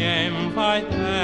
ninguém vai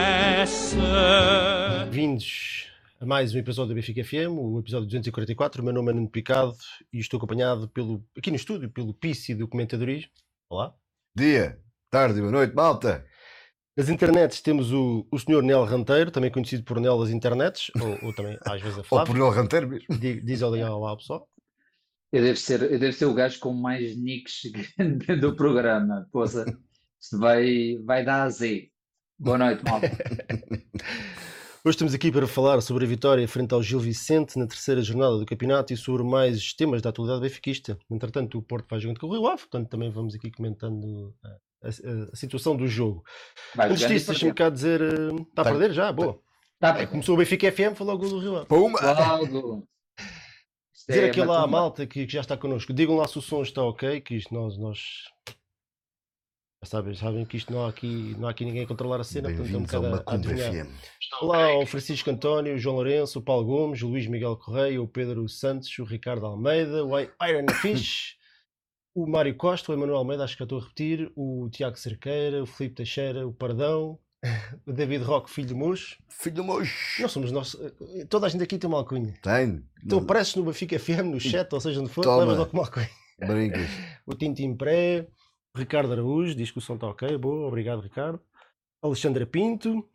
dessa. Bem-vindos a mais um episódio da Benfica FM, o episódio 244. O meu nome é Nuno Picado e estou acompanhado aqui no estúdio pelo Pisci do Comentadorismo. Olá. Dia, tarde, boa noite, malta. Nas internets temos o senhor Nel Ranteiro, também conhecido por Nel das internets, ou também às vezes a Ou Flávio. por ele ranteiro mesmo. Diz olá pessoal. Eu devo ser o gajo com mais nicks do programa. Poxa, isto vai dar a Z. Boa noite, malta. Hoje estamos aqui para falar sobre a vitória frente ao Gil Vicente na terceira jornada do campeonato e sobre mais temas da atualidade benfiquista. Entretanto, o Porto vai jogando com o Rio Ave, portanto também vamos aqui comentando a situação do jogo. Antes disso, deixa-me cá dizer... Está a perder já? Boa. Começou o Benfica FM, foi logo o do Rio Ave. Puma! Logo. Dizer aquilo lá à malta que já está connosco. Digam lá se o som está ok, que isto nós... Sabem que isto não há aqui ninguém a controlar a cena, portanto é um Bem-vindos bocado ao a Macumba adivinhar. FM. Olá ao Francisco António, o João Lourenço, o Paulo Gomes, o Luís Miguel Correia, o Pedro Santos, o Ricardo Almeida, o Iron Fish, o Mário Costa, o Emanuel Almeida, acho que já estou a repetir, o Tiago Cerqueira, o Filipe Teixeira, o Pardão, o David Roque, filho do Mocho. Filho do mocho. Nós somos nós, toda a gente aqui tem uma alcunha. Tem. Então apareces no Benfica FM, no chat, ou seja onde for, Toma. levas logo uma alcunha. Brincas. O Tintim Pré, o Ricardo Araújo, diz que o som está ok, boa, obrigado Ricardo. Alexandra Pinto,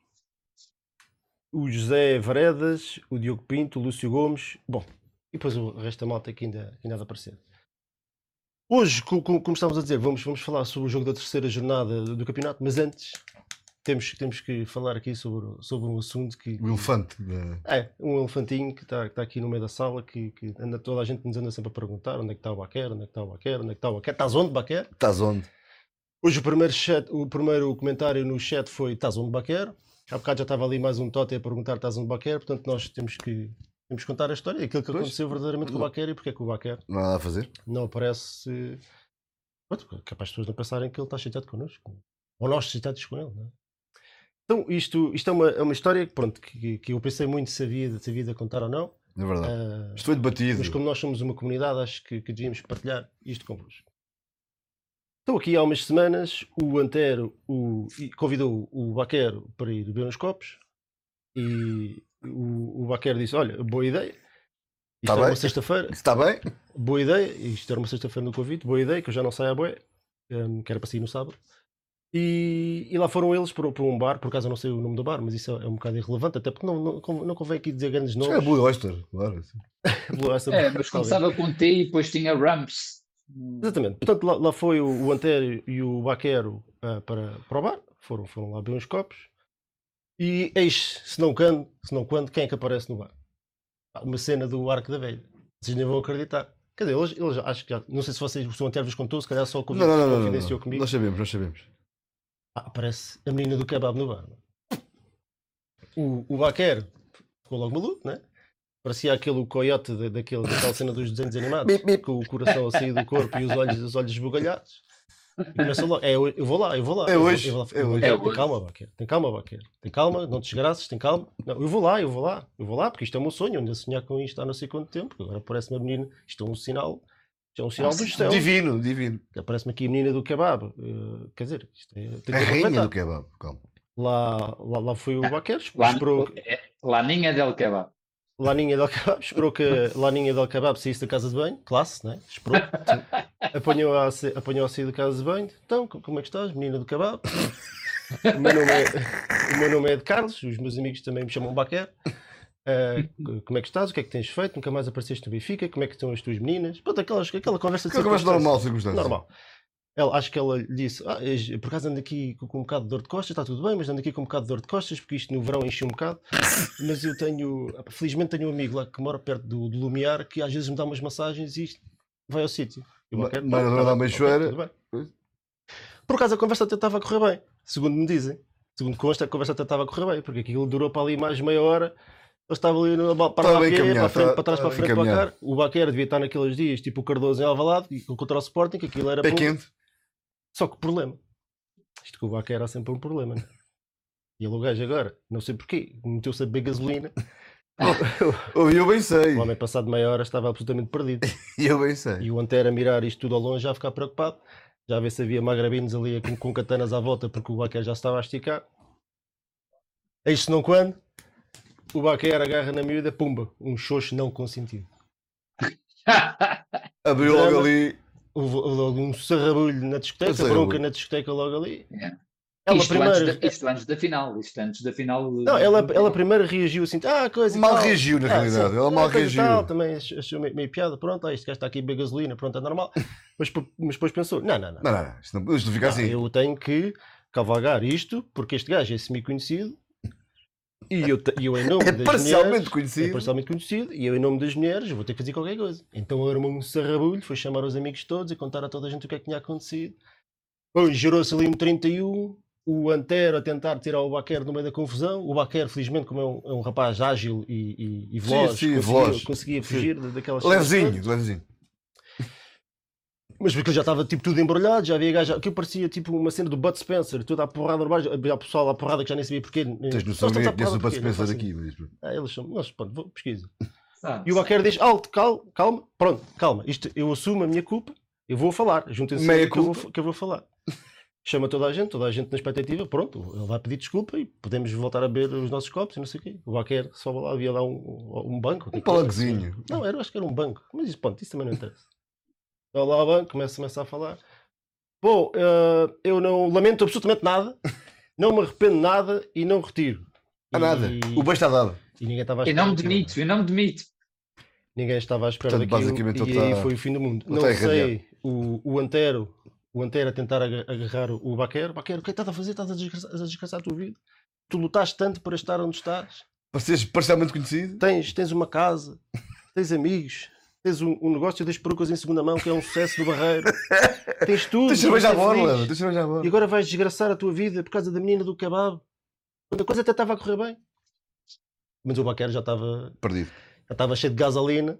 o José Varedas, o Diogo Pinto, o Lúcio Gomes, bom, e depois o resto da malta que ainda há de aparecer. Hoje, como estávamos a dizer, vamos falar sobre o jogo da terceira jornada do campeonato, mas antes temos que falar aqui sobre um assunto que... O elefante. um elefantinho que está aqui no meio da sala, que toda a gente nos anda sempre a perguntar onde é que está o Baquer, onde é que está o Baquer, onde é que está o Baquer, estás onde, Baquer? Estás onde? Hoje o primeiro comentário no chat foi estás onde, Baquer? Há bocado já estava ali mais um Tote a perguntar estás onde, Baquer, portanto nós temos que contar a história, aquilo que aconteceu verdadeiramente com o Baquer e porque é que o Baquer Não há nada a fazer? não aparece, capaz as pessoas não pensarem que ele está chateado connosco, ou nós chateados com ele, não é? Então isto é uma história que eu pensei muito se havia de contar ou não. É verdade. Isto foi debatido. Mas como nós somos uma comunidade, acho que devíamos partilhar isto convosco. Então aqui há umas semanas o Antero convidou o Baquer para ir beber uns copos e o Baquer disse, olha, boa ideia. Isto era uma sexta-feira. Está bem? Boa ideia. Isto era uma sexta-feira no convite. Boa ideia, que eu já não saio à boia. Que era para sair no sábado. E lá foram eles para um bar, por acaso eu não sei o nome do bar, mas isso é um bocado irrelevante, até porque não convém aqui dizer grandes nomes. É Blue Oyster, claro. Mas começava com T e depois tinha Ramps. Exatamente, portanto lá foi o Antério e o Baquero para o bar, foram lá beber uns copos e eis, se não quando, quem é que aparece no bar? Uma cena do Arco da Velha, vocês nem vão acreditar. Quer dizer, eles acho que já, não sei se o Antério vos contou, se calhar só confidenciou comigo. Nós sabemos. Aparece a menina do kebab no bar. O Baquer ficou logo maluco, né? Parecia aquele coiote daquela cena dos desenhos animados, com o coração a sair do corpo e os olhos esbugalhados. E começa logo, eu vou lá. É hoje. Tem calma, Baquer. Tem calma, não te desgraças, tem calma. Não, eu vou lá, porque isto é o meu sonho, eu ando a sonhar com isto há não sei quanto tempo. Agora parece-me a menina, isto é um sinal. Isto é um sinal dos céus. Divino. Aparece-me aqui a menina do kebab. Quer dizer, isto é... A rainha do kebab, calma. Lá foi o Baquer, Laninha del Kebab. Laninha del Kebab, esperou que a Laninha del Kebab saísse da casa de banho, classe, né? Esperou. Apanhou a sair da casa de banho. Então, como é que estás, menina do kebab? O meu nome é de Carlos, os meus amigos também me chamam Baquer. Como é que estás? O que é que tens feito? Nunca mais apareceste no Benfica? Como é que estão as tuas meninas? Pronto, aquela conversa de normal, normal. Acho que ela lhe disse, por acaso ando aqui com um bocado de dor de costas, está tudo bem, mas ando aqui com um bocado de dor de costas, porque isto no verão enche um bocado, mas eu felizmente tenho um amigo lá que mora perto do Lumiar, que às vezes me dá umas massagens e isto vai ao sítio. Por acaso a conversa até estava a correr bem, segundo me dizem. Segundo consta, a conversa até estava a correr bem, porque aquilo durou para ali mais meia hora. Ele estava ali para a frente, para trás, para a frente, para cá. O Baquer devia estar naqueles dias, tipo o Cardoso em Alvalade, contra o Sporting, que aquilo era quente. Só que o problema, isto que o Baquer era sempre um problema, né? E ele, o gajo agora, não sei porquê, meteu-se a beber gasolina. Eu bem sei. O homem passado meia hora estava absolutamente perdido. Eu bem sei. E o Antero a mirar isto tudo ao longe já a ficar preocupado. Já a ver se havia magrabinos ali com katanas à volta, porque o Baquer já estava a esticar. Eis se não quando, o Baquer agarra na miúda, pumba, um xoxo não consentido. Abriu Drama. logo ali. Houve logo um sarrabulho na discoteca, bronca na discoteca logo ali. Yeah. Ela Isto primeiro... antes da final. Isto antes da final. Não, ela primeiro reagiu assim, coisa e Mal tal. reagiu, na realidade. Sim. Ela mal Coisa e reagiu. tal, também achou meio piada. Pronto, este gajo está aqui a beber gasolina, pronto, é normal. Mas depois pensou, não. Não, isto não fica assim. Eu tenho que cavalgar isto, porque este gajo é semi-conhecido. E eu em nome das parcialmente mulheres... conhecido. É parcialmente conhecido. E eu em nome das mulheres vou ter que fazer qualquer coisa. Então armou um sarrabulho, foi chamar os amigos todos e contar a toda a gente o que é que tinha acontecido. Bom, gerou-se ali um 31... O Antero a tentar tirar o Baquer no meio da confusão. O Baquer, felizmente, como é um rapaz ágil e veloz, conseguia fugir daquelas... Levezinho. Mas porque ele já estava tipo tudo embrulhado, já havia gajo... Aquilo parecia tipo uma cena do Bud Spencer, toda a porrada no bar, a pessoal à porrada que já nem sabia porquê. Tens noção que conheço o Bud Spencer aqui. Eles são... Mas pronto, vou pesquisa. Sabe, E o Baquer diz, alto, calma, pronto, calma. Isto, eu assumo a minha culpa, eu vou falar. Juntem-se que eu vou falar. Chama toda a gente na expectativa, pronto, ele vai pedir desculpa e podemos voltar a beber os nossos copos e não sei o quê. O Baquer só lá, havia lá um banco. Um palanquezinho. Não, acho que era um banco, mas isso, pronto, isso também não interessa. Vai lá ao banco, começa a falar. Bom, eu não lamento absolutamente nada, não me arrependo de nada e não retiro. Nada, o bem está dado. E ninguém estava à eu espera. não me demito. Ninguém estava à espera Portanto, daquilo basicamente, e aí foi o fim do mundo. Não sei, o Antero a tentar agarrar o Baquer. Baquer, o que é que estás a fazer? Estás a desgraçar a tua vida? Tu lutaste tanto para estar onde estás. Para seres parcialmente conhecido. Tens uma casa, tens amigos, tens um negócio das perucas em segunda mão que é um sucesso do Barreiro. Tens tudo. Tens cerveja à borla. E agora vais desgraçar a tua vida por causa da menina do kebab. Quando a coisa até estava a correr bem. Mas o Baquer já estava perdido. Já estava cheio de gasolina.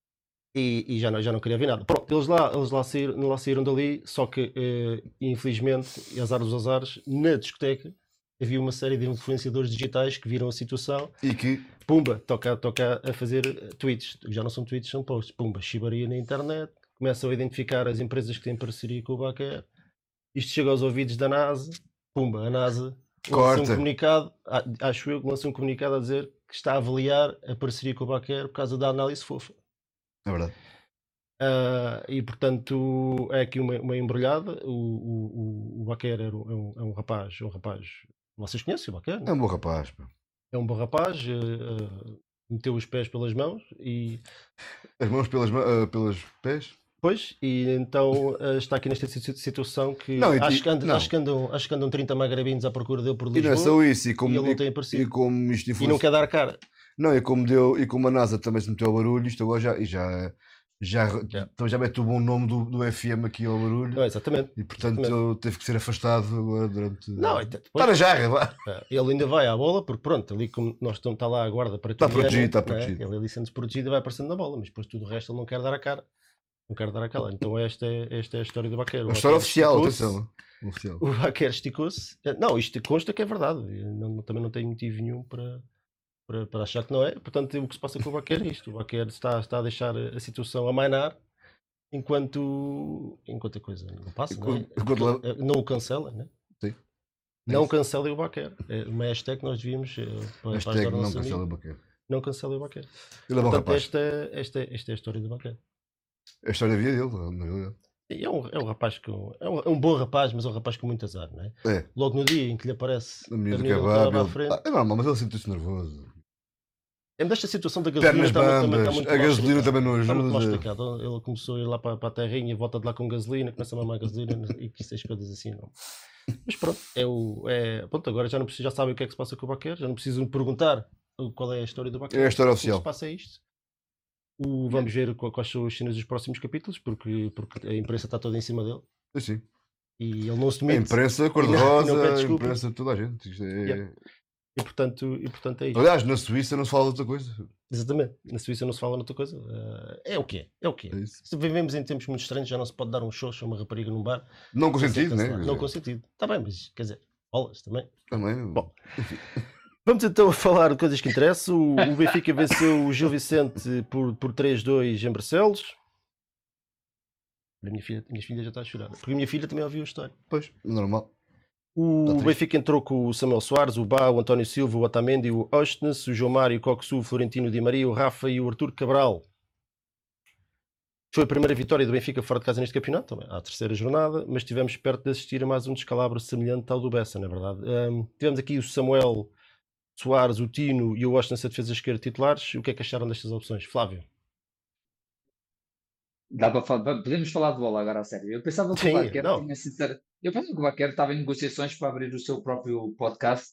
E já não queria ver nada. Pronto, eles lá saíram dali, só que infelizmente, e azar dos azares, na discoteca havia uma série de influenciadores digitais que viram a situação e que, pumba, toca a fazer tweets, já não são tweets, são posts, pumba, chibaria na internet, começam a identificar as empresas que têm parceria com o Baquer, isto chega aos ouvidos da NASA, pumba, a NASA lança um comunicado, acho eu que lança um comunicado a dizer que está a avaliar a parceria com o Baquer por causa da análise fofa. É verdade. E portanto é aqui uma embrulhada. O Baquer é um rapaz, vocês conhecem o Baquer? É um bom rapaz. Pô. É um bom rapaz, meteu os pés pelas mãos e as mãos pelos pés. Pois, e então está aqui nesta situação que acho que andam 30 magrabinhos à procura dele por Lisboa. E não é só isso, e ele não tem aparecido. E como isto e não quer dar cara. Não, e como a NASA também se meteu ao barulho, isto agora já mete o bom nome do FM aqui ao barulho. Não, exatamente. E portanto ele teve que ser afastado agora durante... Não, está na jarra, vá. Ele ainda vai à bola, porque pronto, ali como nós estamos, está lá a guarda para tudo. Está protegido. Ele ali sendo protegido e vai aparecendo na bola, mas depois tudo o resto ele não quer dar a cara. Não quero dar aquela. Então esta é a história do Baquer. A história oficial, atenção. O Baquer esticou-se. Não, isto consta que é verdade. Também não tenho motivo nenhum para achar que não é. Portanto, o que se passa com o Baquer é isto. O Baquer está a deixar a situação amainar enquanto a coisa não passa. Não o cancela, né? Sim. Não cancelem o Baquer. É uma hashtag que nós devíamos hashtag não cancelem o Baquer. Não cancelem o Baquer. Ele é bom rapaz. Esta é a história do Baquer. É a história da vida dele, na realidade. É um rapaz é um bom rapaz, mas é um rapaz com muito azar, não é? É. Logo no dia em que lhe aparece a menina à frente. É normal, mas ele sente-se nervoso. É desta situação da gasolina também está muito a gasolina também não ajuda. Ele começou a ir lá para a terrinha e volta de lá com gasolina, começa a mamar gasolina e que essas coisas assim não. Mas pronto, pronto, agora já sabem o que é que se passa com o Baquer, já não precisam perguntar qual é a história do Baquer. É a história oficial. O que se passa é isto. Vamos ver quais são as cenas dos próximos capítulos, porque a imprensa está toda em cima dele. Sim. E ele não se demite. A imprensa, cor-de-rosa, a imprensa, toda a gente. Isto é... E portanto é isto. Aliás, na Suíça não se fala de outra coisa. Exatamente, na Suíça não se fala de outra coisa. É o que é. Se vivemos em tempos muito estranhos, já não se pode dar um xoxo a uma rapariga num bar. Não consentido, né? Não consentido. Está bem, mas quer dizer, bolas também. Também. Bom, vamos então falar de coisas que interessam. O Benfica venceu o Gil Vicente por 3-2 em Barcelos. A minha filha já está a chorar. Porque a minha filha também ouviu a história. Pois, normal. O triste. Benfica entrou com o Samuel Soares, o Bá, o António Silva, o Otamendi, o Ostnes, o João Mário, o Coxu, o Florentino Di Maria, o Rafa e o Artur Cabral. Foi a primeira vitória do Benfica fora de casa neste campeonato, também, à terceira jornada, mas estivemos perto de assistir a mais um descalabro semelhante ao do Bessa, na verdade. Tivemos aqui o Samuel Soares, o Tino e o Ostnes a defesa esquerda titulares. O que é que acharam destas opções? Flávio? Podemos falar de bola agora a sério. Eu pensava que o Sim, Baquer não. tinha sincero. Eu pensava que o Baquer estava em negociações para abrir o seu próprio podcast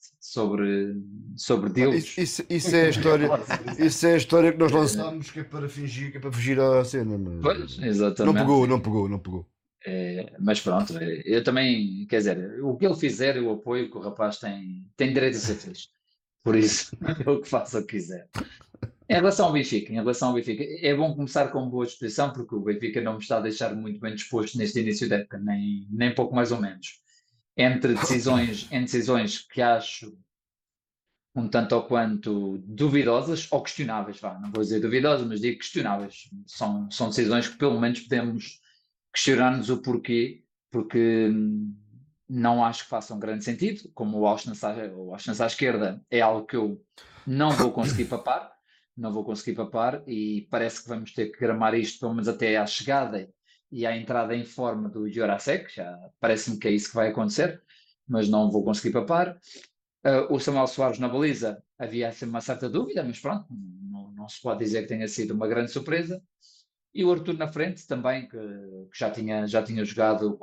sobre Não, deals. isso é a história. Falar sobre isso. Isso é a história que nós lançámos, que é para fingir, que é para fugir à cena. Pois, Não exatamente. pegou, não pegou, não pegou. Mas pronto, eu também, quer dizer, o que ele fizer, eu apoio, que o rapaz tem direito a ser feliz. Por isso, ele que faça o que quiser. Em relação ao Benfica, é bom começar com boa disposição, porque o Benfica não me está a deixar muito bem disposto neste início da época, nem pouco mais ou menos. Entre decisões que acho um tanto ou quanto duvidosas, ou questionáveis, vá, não vou dizer duvidosas, mas digo questionáveis. São decisões que pelo menos podemos questionar-nos o porquê, porque não acho que façam grande sentido, como o Auschwitz à esquerda é algo que eu não vou conseguir papar, não vou conseguir papar e parece que vamos ter que gramar isto pelo menos até à chegada e à entrada em forma do Jurasek, já parece-me que é isso que vai acontecer, mas não vou conseguir papar. O Samuel Soares na baliza, havia assim uma certa dúvida, mas pronto, não se pode dizer que tenha sido uma grande surpresa. E o Arthur na frente também, que já tinha jogado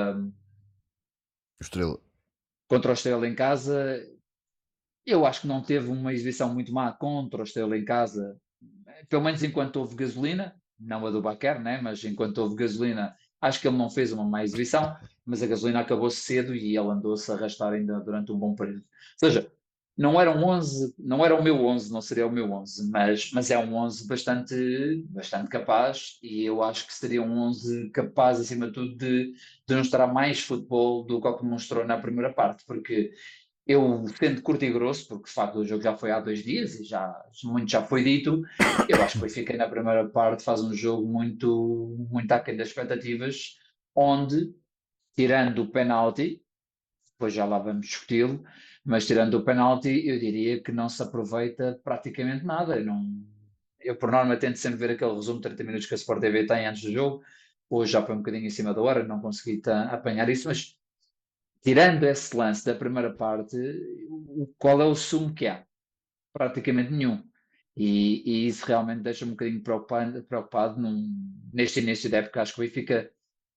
Estrela. contra o Estrela em casa. Eu acho que não teve uma exibição muito má contra o Estrela em casa, pelo menos enquanto houve gasolina, não a do Baquer, né? Mas enquanto houve gasolina, acho que ele não fez uma má exibição, mas a gasolina acabou cedo e ele andou-se a arrastar ainda durante um bom período. Ou seja, não era um 11, não era o meu 11, não seria o meu 11, mas é um 11 bastante capaz e eu acho que seria um 11 capaz, acima de tudo, de demonstrar mais futebol do que o que mostrou na primeira parte, porque eu, sendo curto e grosso, porque de facto o jogo já foi há 2 dias e muito já foi dito, eu acho que o Benfica na primeira parte faz um jogo muito aquém das expectativas, onde, tirando o penalti, depois já lá vamos discuti-lo, mas tirando o penalti, eu diria que não se aproveita praticamente nada. Eu por norma, tento sempre ver aquele resumo de 30 minutos que a Sport TV tem antes do jogo. Hoje já foi um bocadinho em cima da hora, não consegui apanhar isso, mas tirando esse lance da primeira parte, qual é o sumo que há? Praticamente nenhum. E isso realmente deixa-me um bocadinho preocupado neste início da época. Acho que o Benfica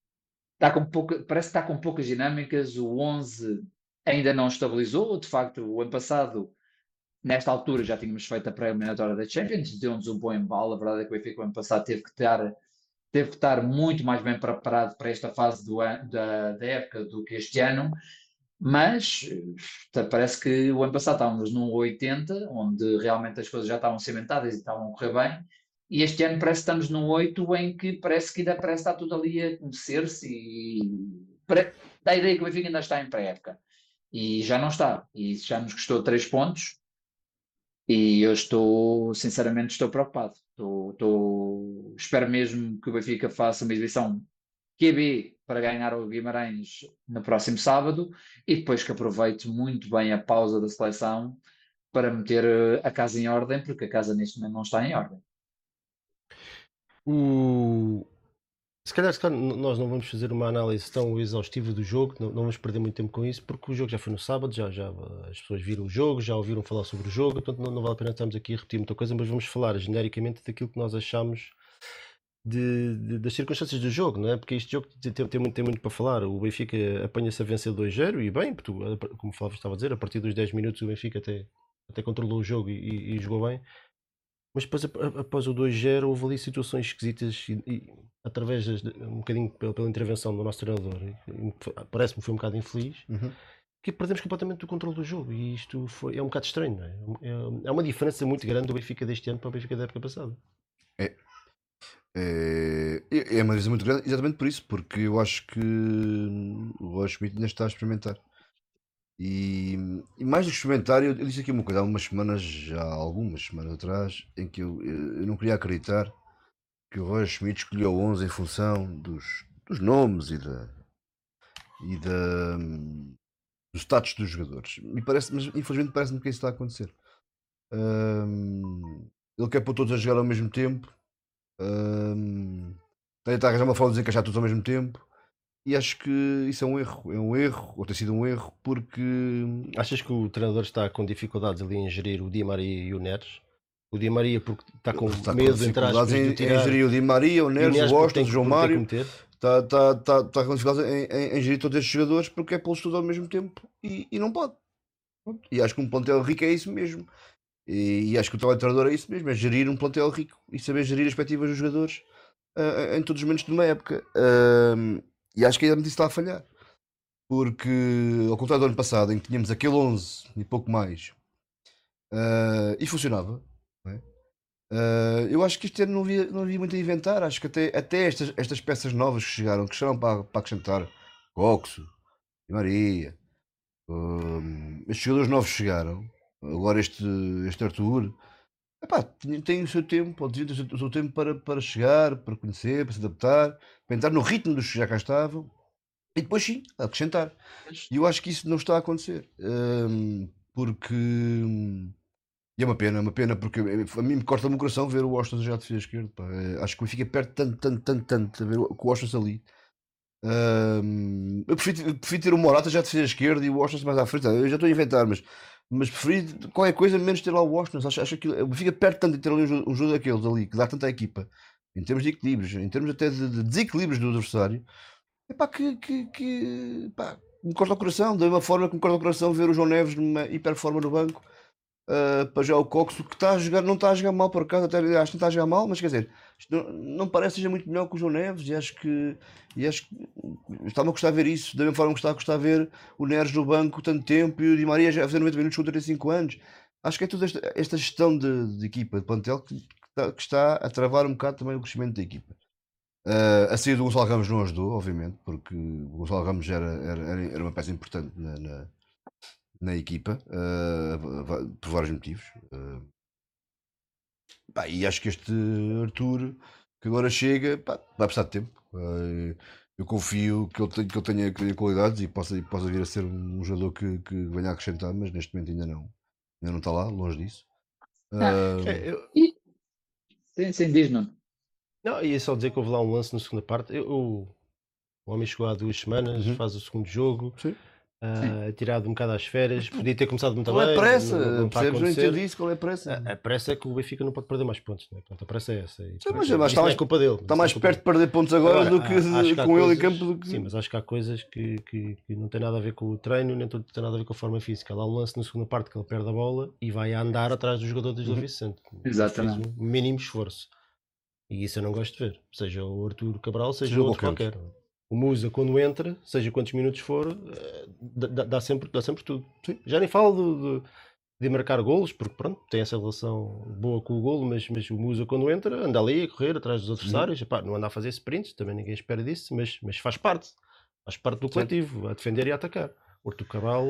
parece que está com poucas dinâmicas. O 11 ainda não estabilizou. De facto, o ano passado, nesta altura, já tínhamos feito a pré-eliminatória da Champions, deu-nos um bom embalo. A verdade é que o Benfica, o ano passado, teve que estar muito mais bem preparado para esta fase da época do que este ano. Mas parece que o ano passado estávamos num 80, onde realmente as coisas já estavam cimentadas e estavam a correr bem, e este ano parece que estamos num 8 em que parece que ainda parece estar tudo ali a conhecer-se e dá a ideia que o Benfica ainda está em pré-época. E já não está. E isso já nos custou 3 pontos e eu sinceramente, estou preocupado. Espero mesmo que o Benfica faça uma exibição QB para ganhar o Guimarães no próximo sábado e depois que aproveite muito bem a pausa da seleção para meter a casa em ordem, porque a casa neste momento não está em ordem. Se calhar nós não vamos fazer uma análise tão exaustiva do jogo, não vamos perder muito tempo com isso, porque o jogo já foi no sábado, já as pessoas viram o jogo, já ouviram falar sobre o jogo, portanto não vale a pena estarmos aqui a repetir muita coisa, mas vamos falar genericamente daquilo que nós achamos das circunstâncias do jogo, não é? Porque este jogo tem muito para falar. O Benfica apanha-se a vencer 2-0 e bem, como o Flávio estava a dizer, a partir dos 10 minutos o Benfica até controlou o jogo e jogou bem. Mas depois, após o 2-0, houve ali situações esquisitas através um bocadinho pela intervenção do nosso treinador, parece-me que foi um bocado infeliz, que perdemos completamente o controle do jogo e isto é um bocado estranho, não é? É uma diferença muito grande do Benfica deste ano para o Benfica da época passada. É uma diferença muito grande, exatamente por isso, porque eu acho que o Roger Schmidt ainda está a experimentar. E mais do que experimentar, eu disse aqui uma coisa há algumas semanas atrás, em que eu não queria acreditar que o Roger Schmidt escolheu o 11 em função dos nomes e da do status dos jogadores. Mas infelizmente parece-me que isso está a acontecer. Ele quer pôr todos a jogar ao mesmo tempo. Está a arranjar uma forma de desencaixar todos ao mesmo tempo. E acho que isso é um erro, ou tem sido um erro, porque Achas que o treinador está com dificuldades ali em gerir o Di Maria e o Neres? O Di Maria porque está com está medo, com entre aspas, dificuldades de em tirar, gerir o Di Maria, o e o Neres, Neres o porque Ostas, o João porque tem que Mário. meter. Está com dificuldades em gerir todos estes jogadores porque é pô-los todos ao mesmo tempo e não pode. Pronto. E acho que um plantel rico é isso mesmo. E acho que o trabalho de treinador é isso mesmo, é gerir um plantel rico e saber gerir as expectativas dos jogadores em todos os momentos de uma época. E acho que ainda isso está a falhar. Porque, ao contrário do ano passado, em que tínhamos aquele 11 e pouco mais, e funcionava, não é? Eu acho que este ano não havia muito a inventar. Acho que até estas peças novas que chegaram para acrescentar Coxo e Maria, estes jogadores novos chegaram. Agora este Arthur, epá, tem o seu tempo, ou devia ter o seu tempo para chegar, para conhecer, para se adaptar, para entrar no ritmo dos que já cá estavam e depois sim, acrescentar. E eu acho que isso não está a acontecer. Porque. E é uma pena, porque a mim me corta-me o coração ver o Washington já de defesa esquerda. Pá. Acho que me fica perto tanto a ver com o Washington ali. Eu prefiro ter o Morata já de defesa esquerda e o Washington mais à frente. Eu já estou a inventar, mas prefiro qualquer coisa menos ter lá o Washington. Acho que me fica perto tanto de ter ali um jogo daqueles ali, que dá tanta equipa, em termos de equilíbrios, em termos até de desequilíbrios do adversário. Epá, pá, me corta o coração, da mesma forma que me corta o coração ver o João Neves numa hiperforma no banco, para já o Coxo que está a jogar, não está a jogar mal por acaso, até acho que não está a jogar mal, mas quer dizer, isto não parece que seja muito melhor que o João Neves e acho que está-me a gostar de ver isso, da mesma forma que está a gostar de ver o Neres no banco tanto tempo e o Di Maria já a fazer 90 minutos com 35 anos. Acho que é toda esta gestão de equipa, de plantel, que está a travar um bocado também o crescimento da equipa. A saída do Gonçalo Ramos não ajudou, obviamente, porque o Gonçalo Ramos era uma peça importante na equipa, por vários motivos. E acho que este Arthur, que agora chega, vai precisar de tempo. Eu confio que ele tenha qualidades e possa vir a ser um jogador que venha a acrescentar, mas neste momento ainda não está lá, longe disso. Sim, diz, Nuno. Não, ia só dizer que houve lá um lance na segunda parte. O homem chegou há 2 semanas, faz o segundo jogo, tirado um bocado às férias, podia ter começado muito Qual bem. é a pressa? Não está a Percebes? Não acontecer. entendi isso. Qual é a pressa? A pressa é que o Benfica não pode perder mais pontos, né? Pronto, a pressa é essa. E, Sim, mas isso está não mais- é culpa dele. Está mais perto de perder pontos agora do que acho há com ele em coisas- campo do que. Sim, mas acho que há coisas que não têm nada a ver com o treino, nem tudo tem nada a ver com a forma física. Há lá um lance na segunda parte que ele perde a bola e vai a andar atrás do jogador do Gil Vicente. Exatamente. Fez um mínimo esforço. E isso eu não gosto de ver. Seja o Arthur Cabral, seja Seja outro qualquer qualquer. O Musa, quando entra, seja quantos minutos for, dá sempre tudo. Sim. Já nem falo de marcar golos, porque pronto, tem essa relação boa com o golo, mas o Musa quando entra, anda ali a correr atrás dos adversários, epá, não anda a fazer sprints, também ninguém espera disso, mas faz parte do coletivo, a defender e a atacar. O Arthur Cabral,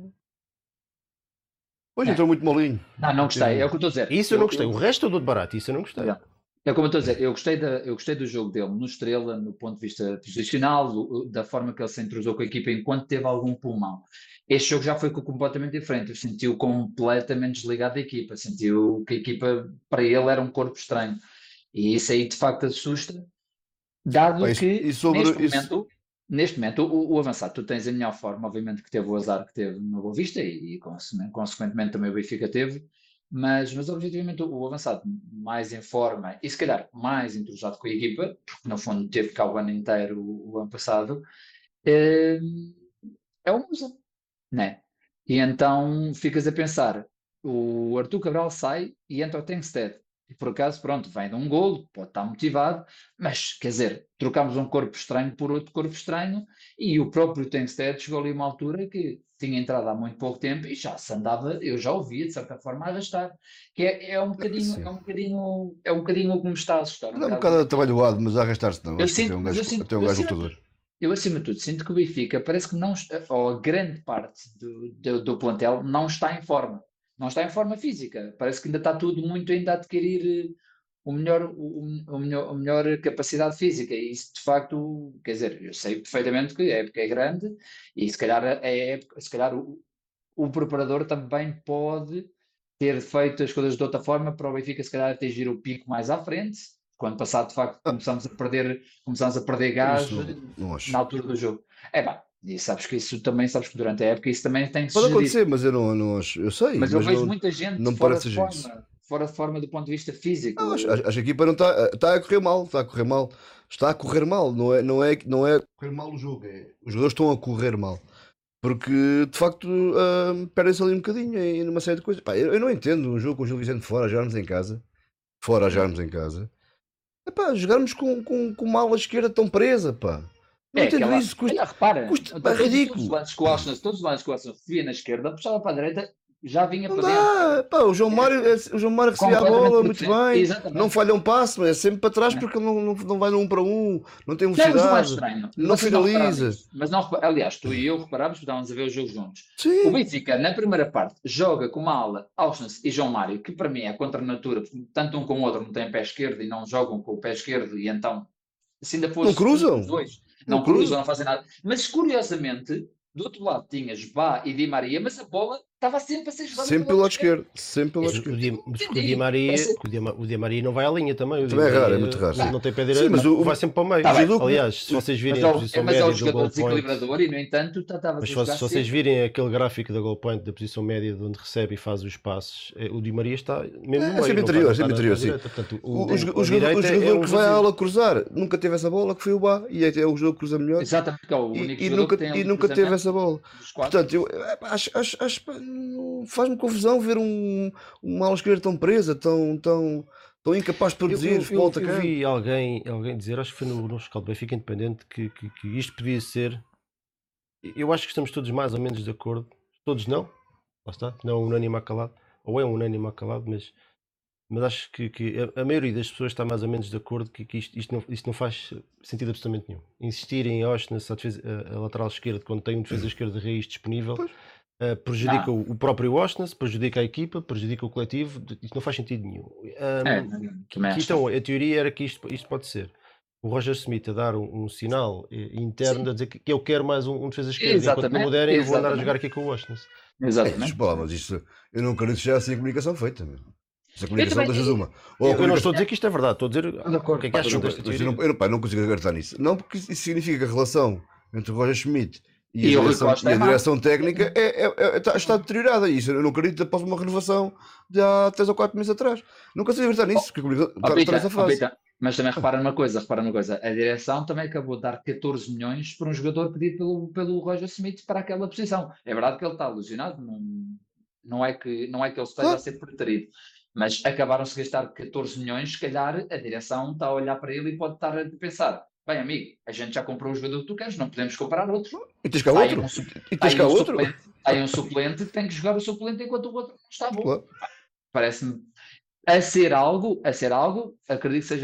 Hoje entrou muito molinho. Não gostei, é o que eu estou a dizer. isso eu não gostei, o resto eu dou de barato, isso eu não gostei. É como eu estou a dizer, eu gostei do jogo dele no Estrela, no ponto de vista posicional, da forma que ele se entrosou com a equipa enquanto teve algum pulmão. Este jogo já foi completamente diferente, eu senti-o completamente desligado da equipa, sentiu que a equipa para ele era um corpo estranho. E isso aí de facto assusta, dado que neste momento o avançado, tu tens a melhor forma, obviamente que teve o azar que teve no Boa Vista e consequentemente também o Benfica teve, mas objetivamente o avançado mais em forma e se calhar mais entrosado com a equipa, porque no fundo teve cá o ano inteiro o ano passado, é o Musa, né? E então ficas a pensar, o Arthur Cabral sai e entra o Tengsted. E por acaso, pronto, vem de um golo, pode estar motivado, mas quer dizer, trocámos um corpo estranho por outro corpo estranho e o próprio Tengsted chegou ali a uma altura que tinha entrado há muito pouco tempo e já se andava, eu já ouvia de certa forma a arrastar, que é um bocadinho como está a assustar. É um bocado atabalhoado, mas a arrastar-se não. Eu Acho que sinto, mas eu sinto, até um gajo lutador. eu, acima de tudo, sinto que o Benfica parece que não, ou a grande parte do plantel não está em forma. Não está em forma física. Parece que ainda está tudo muito ainda a adquirir a melhor capacidade física. E isso, de facto, quer dizer, eu sei perfeitamente que a época é grande e se calhar, o preparador também pode ter feito as coisas de outra forma para o Benfica, se calhar, atingir o pico mais à frente. Quando passado, de facto, Ah, começamos a perder isso gás não acho. na altura do jogo. E sabes que durante a época isso também tem de se Pode gerir. acontecer, mas eu não acho. Eu sei, Mas eu mas vejo muita gente não me fora parece de seja isso. forma do ponto de vista físico. Não, acho que a equipa não está a correr mal, está a correr mal. Está a correr mal, não é correr mal o jogo, os jogadores estão a correr mal. Porque de facto perdem-se ali um bocadinho em numa série de coisas. Pá, eu não entendo um jogo com o Gil Vicente fora, a jogarmos em casa. Fora a jogarmos em casa. Epá, jogarmos com uma ala esquerda tão presa, pá. Não entendo isso, Olha, repara, pá, é todos os ridículo. lances que o Arsenal recebia na esquerda, puxava para a direita, já vinha Não para dentro. dá, pá, o João Mário recebia a Completamente bola muito perfeito. bem, Exatamente. não falha um passe, mas é sempre para trás porque ele não vai no 1 para 1, não tem Sabes o mais velocidade, estranho? não Vocês não repararam finaliza. nisso, mas não, aliás, tu e eu reparámos porque estávamos a ver o jogo juntos. O Sim, Benfica, na primeira parte, joga com uma ala, Auschwitz e João Mário, que para mim é contra a natura, porque tanto um como o outro não têm pé esquerdo e não jogam com o pé esquerdo, e então, se ainda não fosse um dos cruzam, dois, não não cruzam, cruzam. não fazem nada. Mas curiosamente, do outro lado tinhas Bá e Di Maria, mas a bola estava sempre a ser jogada Sempre pelo lado esquerdo, sempre pelo lado Mas o esquerdo. Di Maria, o Di Maria não vai à linha também. O Di Também é raro, é Maria muito raro. não tem pé Sim, direito, mas vai sempre para o meio. Tá bem. Aliás, se vocês virem a posição mas é média um do jogador goal point, desequilibrador e, no entanto, estavas a mas jogar se vocês sempre. virem aquele gráfico da goal point, da posição média de onde recebe e faz os passes, o Di Maria está mesmo no meio. sempre não interior, está sempre na interior, sim. direita. Portanto, O a jogador direita é um que vai à vazio. ala cruzar nunca teve essa bola, que foi o Bá, e é o jogador que cruza melhor. Exatamente, que é o único E jogador nunca, que tem e ali nunca teve cruzamento essa bola. dos quatro. Portanto, eu acho pá, faz-me confusão ver uma ala esquerda tão presa, tão incapaz de produzir futebol Eu atacante. vi alguém dizer, acho que foi no Escaldo Benfica Independente, que isto podia ser. Eu acho que estamos todos mais ou menos de acordo. Todos não, lá está, não é unânime acalado, ou é unânime acalado, mas acho que a maioria das pessoas está mais ou menos de acordo que isto não faz sentido absolutamente nenhum. Insistir em Oshness a lateral esquerda quando tem um defesa esquerda de raiz disponível. Pois. Prejudica o próprio Oshness, prejudica a equipa, prejudica o coletivo, isto não faz sentido nenhum. Também acho. Então, a teoria era que isto pode ser o Roger Smith a dar um sinal interno a dizer que eu quero mais um defesa esquerda, enquanto não me derem eu vou andar a jogar aqui com o Oshness. Exatamente. Desculpa lá, mas isto, eu não acredito que já assim a comunicação feita, meu. Se a comunicação também- das uma. Eu não estou a dizer que isto é verdade, estou a dizer De acordo. o que é que acham desta Mas teoria. eu não consigo acreditar nisso. Não, porque isso significa que a relação entre o Roger Schmidt E a o Rui direção, Costa e é a má. direção técnica está deteriorada. Isso eu não acredito após uma renovação de há 3 ou 4 meses atrás. Não consigo acreditar nisso, porque está nessa fase. Mas também repara numa coisa, a direção também acabou de dar 14 milhões por um jogador pedido pelo Roger Smith para aquela posição. É verdade que ele está alucinado, não é que ele esteja a ser preterido, mas acabaram-se de gastar 14 milhões, se calhar a direção está a olhar para ele e pode estar a pensar, bem amigo, a gente já comprou o jogador que tu queres, não podemos comprar outro. E tens cá outro? E tens cá outro? Tem um suplente, tem que jogar o suplente enquanto o outro não está bom. Claro. Parece-me a ser algo, acredito que seja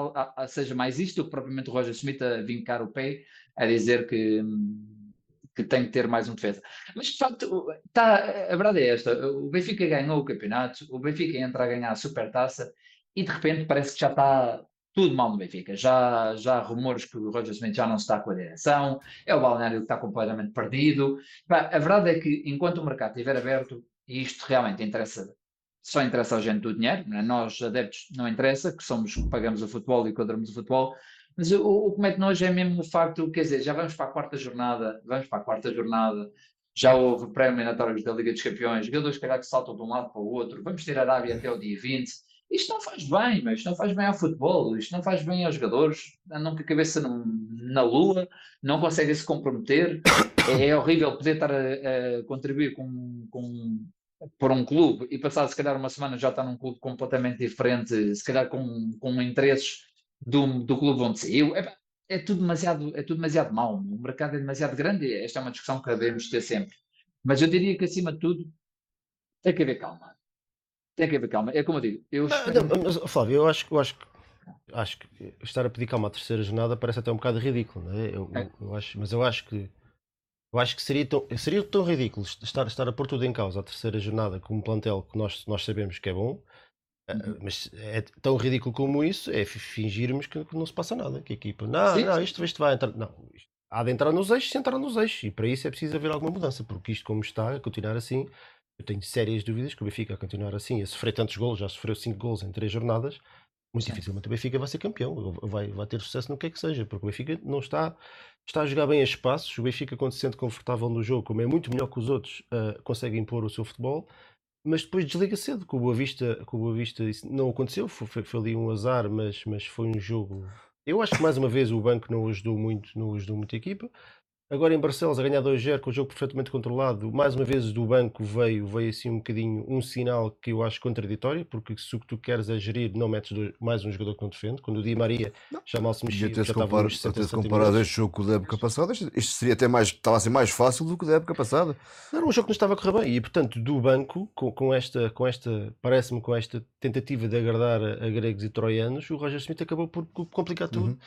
mais isto do que propriamente o Roger Smith a vincar o pé, a dizer que tem que ter mais um defesa. Mas de facto, a verdade é esta: o Benfica ganhou o campeonato, o Benfica entra a ganhar a Supertaça e de repente parece que já está tudo mal no Benfica. Já há rumores que o Roger Smith já não está com a direção, é o balneário que está completamente perdido. A verdade é que enquanto o mercado estiver aberto, e isto realmente só interessa ao gente do dinheiro, não é? Nós adeptos não interessa, que somos que pagamos o futebol e que adoramos o futebol, mas o que mete nojo é mesmo o facto, quer dizer, já vamos para a quarta jornada, já houve pré-eliminatórios da Liga dos Campeões, jogadores calhar que saltam de um lado para o outro, vamos ter a Arábia até o dia 20, isto não faz bem, mas isto não faz bem ao futebol, isto não faz bem aos jogadores, andam com a cabeça na lua, não conseguem se comprometer, é horrível poder estar a contribuir por um clube e passar se calhar uma semana já está num clube completamente diferente, se calhar com interesses do clube onde saiu. É tudo demasiado mau. O mercado é demasiado grande e esta é uma discussão que devemos ter sempre. Mas eu diria que acima de tudo tem que haver calma. É como eu digo. Mas, Flávio, eu acho que estar a pedir calma à terceira jornada parece até um bocado ridículo, não é? Eu acho que seria tão ridículo estar a pôr tudo em causa a terceira jornada com um plantel que nós sabemos que é bom, Mas é tão ridículo como isso, é fingirmos que não se passa nada, que a equipa, não, Sim, não, sim. isto vai entrar, não, há de entrar nos eixos, se entrar nos eixos, e para isso é preciso haver alguma mudança, porque isto como está, a continuar assim, eu tenho sérias dúvidas que o Benfica a continuar assim, a sofrer tantos golos, já sofreu 5 golos em 3 jornadas, muito Sim. dificilmente o Benfica vai ser campeão, vai ter sucesso no que é que seja, porque o Benfica não está a jogar bem a espaços, o Benfica quando se sente confortável no jogo, como é muito melhor que os outros, consegue impor o seu futebol, mas depois desliga cedo. Com o Boa Vista isso não aconteceu, foi ali um azar, mas foi um jogo. Eu acho que mais uma vez o banco não ajudou muito, não ajudou muito a equipa. Agora em Barcelos a ganhar 2-0 com o jogo perfeitamente controlado, mais uma vez do banco veio assim um bocadinho um sinal que eu acho contraditório, porque se o que tu queres é gerir, não metes mais um jogador que não defende. Quando o Di Maria Não. já mal se E mexia, até já estava nos 60, até se 70 comparado minutos. este jogo com o da época passada, isto seria até mais, estava a ser mais fácil do que o da época passada. Não era um jogo que não estava a correr bem e, portanto, do banco, parece-me com esta tentativa de agradar a gregos e troianos, o Roger Smith acabou por complicar tudo. Uhum.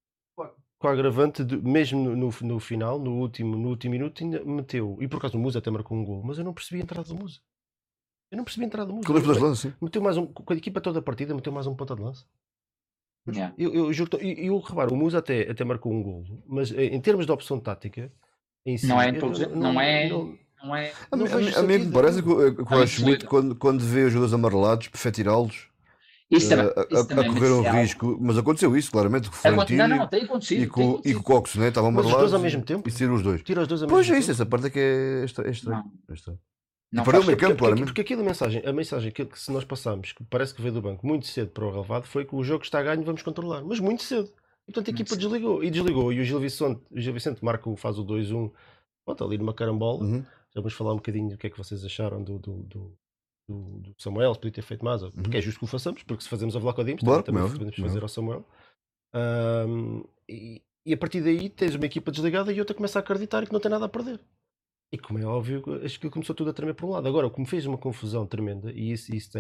Com a agravante, mesmo no final, no último minuto, ainda meteu. E por acaso o Musa até marcou um gol, mas eu não percebi a entrada do Musa. Eu não percebi a entrada do Musa. Com dois pelas lanças, sim. Meteu mais um, com a equipa toda a partida, meteu mais um ponta de lança. Yeah. Eu juro, reparo, o Musa até marcou um gol, mas em termos de opção tática, em si, Não é inteligente, não é. não vejo A mim sentido. me parece que o Não, Roger isso Schmidt, fluido. quando vê os jogadores amarelados, prefere tirá-los Isso também, a correr um é algo. risco. Mas aconteceu isso, claramente, com o Não, Florentino tem e acontecido. com o Cox, né? Estavam Mas os dois amarelados ao mesmo tempo? e saíram os dois. Tira os dois ao Pois mesmo é isso, tempo? essa parte é que é estranho. Não, É estranho. E não perdeu faz o meio sentido. campo, claramente. Porque aquilo, a mensagem que se nós passamos, que parece que veio do banco muito cedo para o relevado, foi que o jogo está a ganho, vamos controlar. Mas muito cedo. E portanto a Muito equipa cedo. desligou. E o Gil Vicente marca, faz o 2-1, pronto, ali numa carambola. Uhum. Já vamos falar um bocadinho do que é que vocês acharam do Samuel, se podia ter feito mais, porque é justo que o façamos, porque se fazemos a Vlaco Dimos, Claro, também como é podemos óbvio, fazer ao Samuel. E a partir daí tens uma equipa desligada e outra começa a acreditar que não tem nada a perder. E como é óbvio, acho que começou tudo a tremer por um lado. Agora, o que me fez uma confusão tremenda, e isso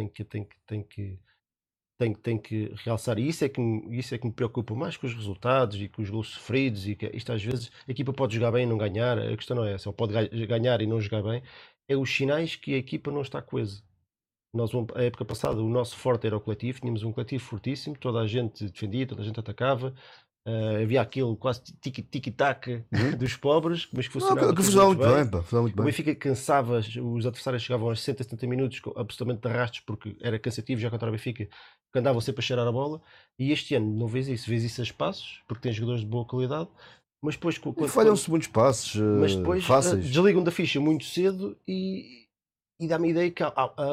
tem que realçar, e isso é que me preocupa mais com os resultados e com os gols sofridos, e que isto às vezes a equipa pode jogar bem e não ganhar, a questão não é essa, ou pode ganhar e não jogar bem, é os sinais que a equipa não está coesa. Nós, a época passada, o nosso forte era o coletivo, tínhamos um coletivo fortíssimo, toda a gente defendia, toda a gente atacava, havia aquele quase tiki-taka dos pobres, mas que Não, funcionava que tudo funcionava muito muito bem. bem, pá, funcionava muito O bem. Benfica cansava, os adversários chegavam aos 60, 70 minutos absolutamente de arrastos porque era cansativo já contra o Benfica, que andavam sempre a cheirar a bola, e este ano não vês isso a espaços, porque tem jogadores de boa qualidade, mas depois, E falham-se muitos passos mas depois fáceis. desligam da ficha muito cedo e dá-me a ideia que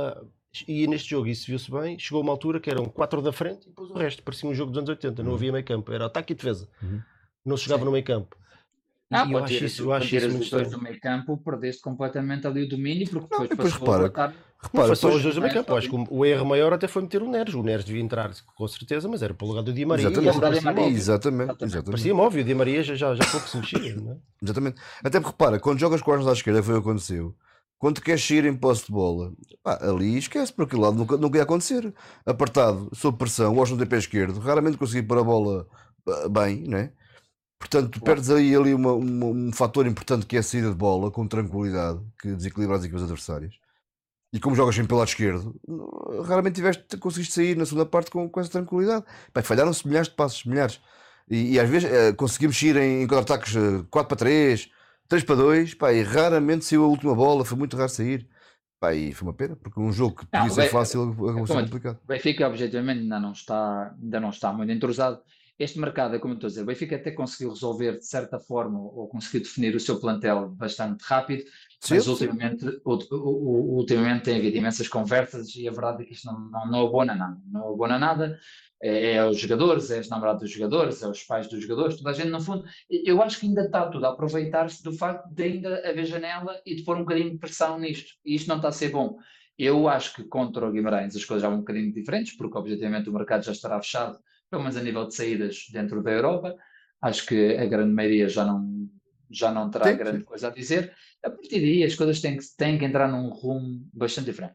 e neste jogo isso viu-se bem, chegou uma altura que eram 4 da frente e depois o resto, parecia um jogo dos anos 80, não havia meio campo, era ataque e defesa, não se jogava Sim. no meio campo. Não, E eu quando acho tiras, isso, quando tiras muito os dois estranho. do meio campo, perdeste completamente ali o domínio, porque Não, depois e depois passou a repara, botar. Não foi só depois, os dois do meio campo, eu acho ali. que o erro maior até foi meter o Neres devia entrar com certeza, mas era para o lugar do Di Maria, Exatamente. e essa parecia-me óbvio. Exatamente. Parecia-me óbvio, o Di Maria já pouco se mexia, não é? Exatamente. Até porque repara, quando jogas com as à esquerda, foi o que aconteceu. Quando queres sair em posse de bola, ali esquece, por aquele lado nunca ia acontecer. Apertado, sob pressão, gosto do pé esquerdo, raramente consegui pôr a bola bem, né? Portanto, tu perdes aí ali um fator importante que é a saída de bola com tranquilidade, que desequilibra as equipas adversárias. E como jogas sempre pelo lado esquerdo, raramente conseguiste sair na segunda parte com essa tranquilidade. Pá, falharam-se milhares de passos, milhares. E às vezes conseguimos sair em contra-ataques 4-3, 3-2, pá, e raramente saiu a última bola, foi muito raro sair. Pá, e foi uma pena, porque um jogo que podia ser fácil acabou sendo complicado. O Benfica, objetivamente, ainda não está muito entrosado. Este mercado, é como eu estou a dizer, o Benfica até conseguiu resolver de certa forma, ou conseguiu definir o seu plantel bastante rápido, mas ultimamente tem havido imensas conversas e a verdade é que isto não abona nada. Não abona nada. É os jogadores, é as namoradas dos jogadores, é os pais dos jogadores, toda a gente, no fundo, eu acho que ainda está tudo a aproveitar-se do facto de ainda haver janela e de pôr um bocadinho de pressão nisto. E isto não está a ser bom. Eu acho que contra o Guimarães as coisas já vão um bocadinho diferentes, porque objetivamente o mercado já estará fechado, pelo menos a nível de saídas dentro da Europa. Acho que a grande maioria já não terá grande coisa a dizer. A partir daí as coisas têm que entrar num rumo bastante diferente.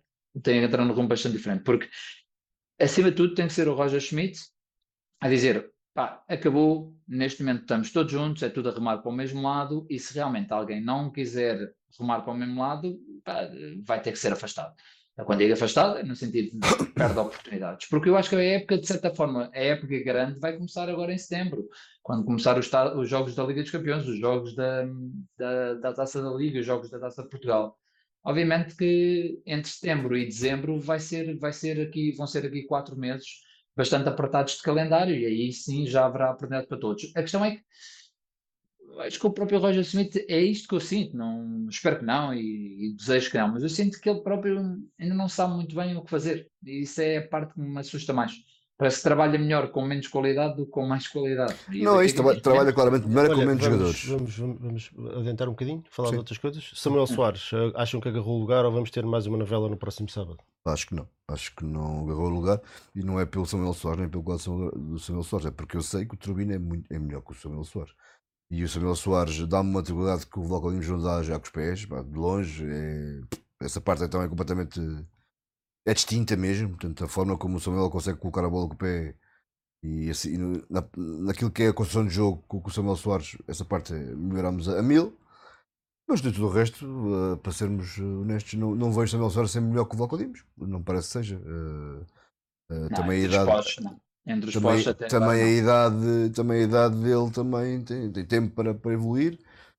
Porque acima de tudo tem que ser o Roger Schmidt a dizer, pá, acabou, neste momento estamos todos juntos, é tudo a remar para o mesmo lado, e se realmente alguém não quiser remar para o mesmo lado, pá, vai ter que ser afastado. Quando digo afastado, é no sentido de perde oportunidades. Porque eu acho que a época, de certa forma, a época grande vai começar agora em setembro, quando começar os jogos da Liga dos Campeões, os jogos da Taça da Liga, os jogos da Taça de Portugal. Obviamente que entre setembro e dezembro vão ser aqui 4 meses bastante apertados de calendário e aí sim já haverá oportunidade para todos. A questão é que acho que o próprio Roger Smith é isto que eu sinto, não, espero que não e desejo que não, mas eu sinto que ele próprio ainda não sabe muito bem o que fazer e isso é a parte que me assusta mais. Parece que trabalha melhor com menos qualidade do que com mais qualidade. E Não, é daqui a isso, 20 anos, trabalha claramente melhor é com Olha, menos vamos, jogadores. vamos adiantar um bocadinho, falar de Sim. outras coisas. Samuel Soares, acham que agarrou o lugar ou vamos ter mais uma novela no próximo sábado? Acho que não agarrou o lugar e não é pelo Samuel Soares nem pelo quadro do Samuel Soares, é porque eu sei que o Turbino é melhor que o Samuel Soares. E o Samuel Soares dá-me uma tranquilidade que o Vlaco Dimos não dá já com os pés, pá, de longe. Essa parte então é completamente distinta mesmo. Portanto, a forma como o Samuel consegue colocar a bola com o pé e assim, naquilo que é a construção de jogo com o Samuel Soares, essa parte melhoramos a 1000. Mas de tudo o resto, para sermos honestos, não vejo Samuel Soares ser melhor que o Vlaco Dimos. Não parece que seja. não, Também a entre os idade. postos, não. Entre os postos até agora Também a não. idade, também a idade dele também tem tempo para evoluir.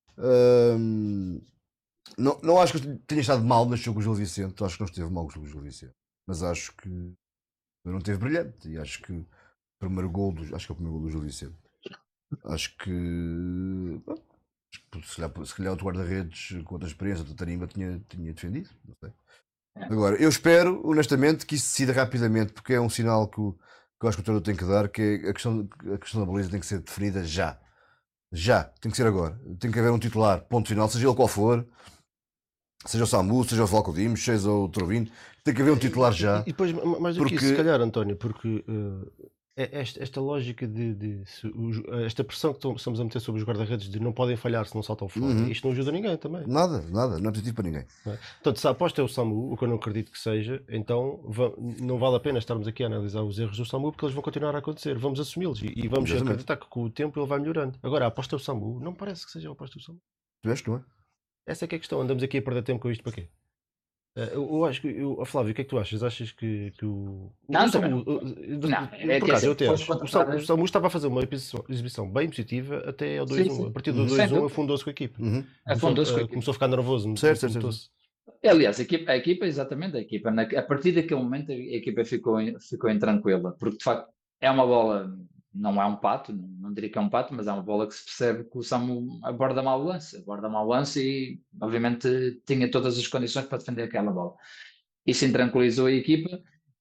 Ahm, não acho que tenha estado mal neste jogo com o Gil Vicente, acho que não esteve mal com o Gil Vicente, mas acho que não esteve brilhante e acho que o primeiro gol acho que é o primeiro gol do Gil Vicente. Acho que, bom, se calhar outro guarda-redes com outra experiência da Tarimba tinha defendido, não sei. É. Agora, eu espero, honestamente, que isso decida rapidamente, porque é um sinal que eu acho que o treinador tem que dar, que é a questão da baliza tem que ser definida já. Já, tem que ser agora. Tem que haver um titular, ponto final, seja ele qual for, seja o Samu, seja o Vlaco Dimos, seja o Trovino, tem que haver um titular já. E depois, mais do que isso, se calhar, António, porque esta lógica esta pressão que estamos a meter sobre os guarda-redes de não podem falhar se não saltam fora, isto não ajuda ninguém também. Nada, não é positivo para ninguém. Não é? Portanto, se a aposta é o Samu, o que eu não acredito que seja, então não vale a pena estarmos aqui a analisar os erros do Samu porque eles vão continuar a acontecer. Vamos assumi-los e vamos Exatamente. acreditar que com o tempo ele vai melhorando. Agora, a aposta é o Samu, não parece que seja a aposta do Samu. Tu vês, não é? Essa é que é a questão. Andamos aqui a perder tempo com isto para quê? Eu acho que. Flávio, o que é que tu achas? Achas que o. Não, o também Samu. não. É Por que acaso, assim, eu até fosse acho. O contratar. Samu estava a fazer uma exibição bem positiva até ao Sim, 2-1. sim. A partir do Sem 2-1 dúvida. afundou-se com a equipa. Afundou-se com a equipa. Começou a ficar nervoso. Certo. Notou-se. Aliás, a equipa, exatamente, a partir daquele momento a equipa ficou intranquila, porque de facto é uma bola, não é um pato, não diria que é um pato, mas é uma bola que se percebe que o Samu aborda mal o lance e obviamente tinha todas as condições para defender aquela bola. Isso intranquilizou a equipa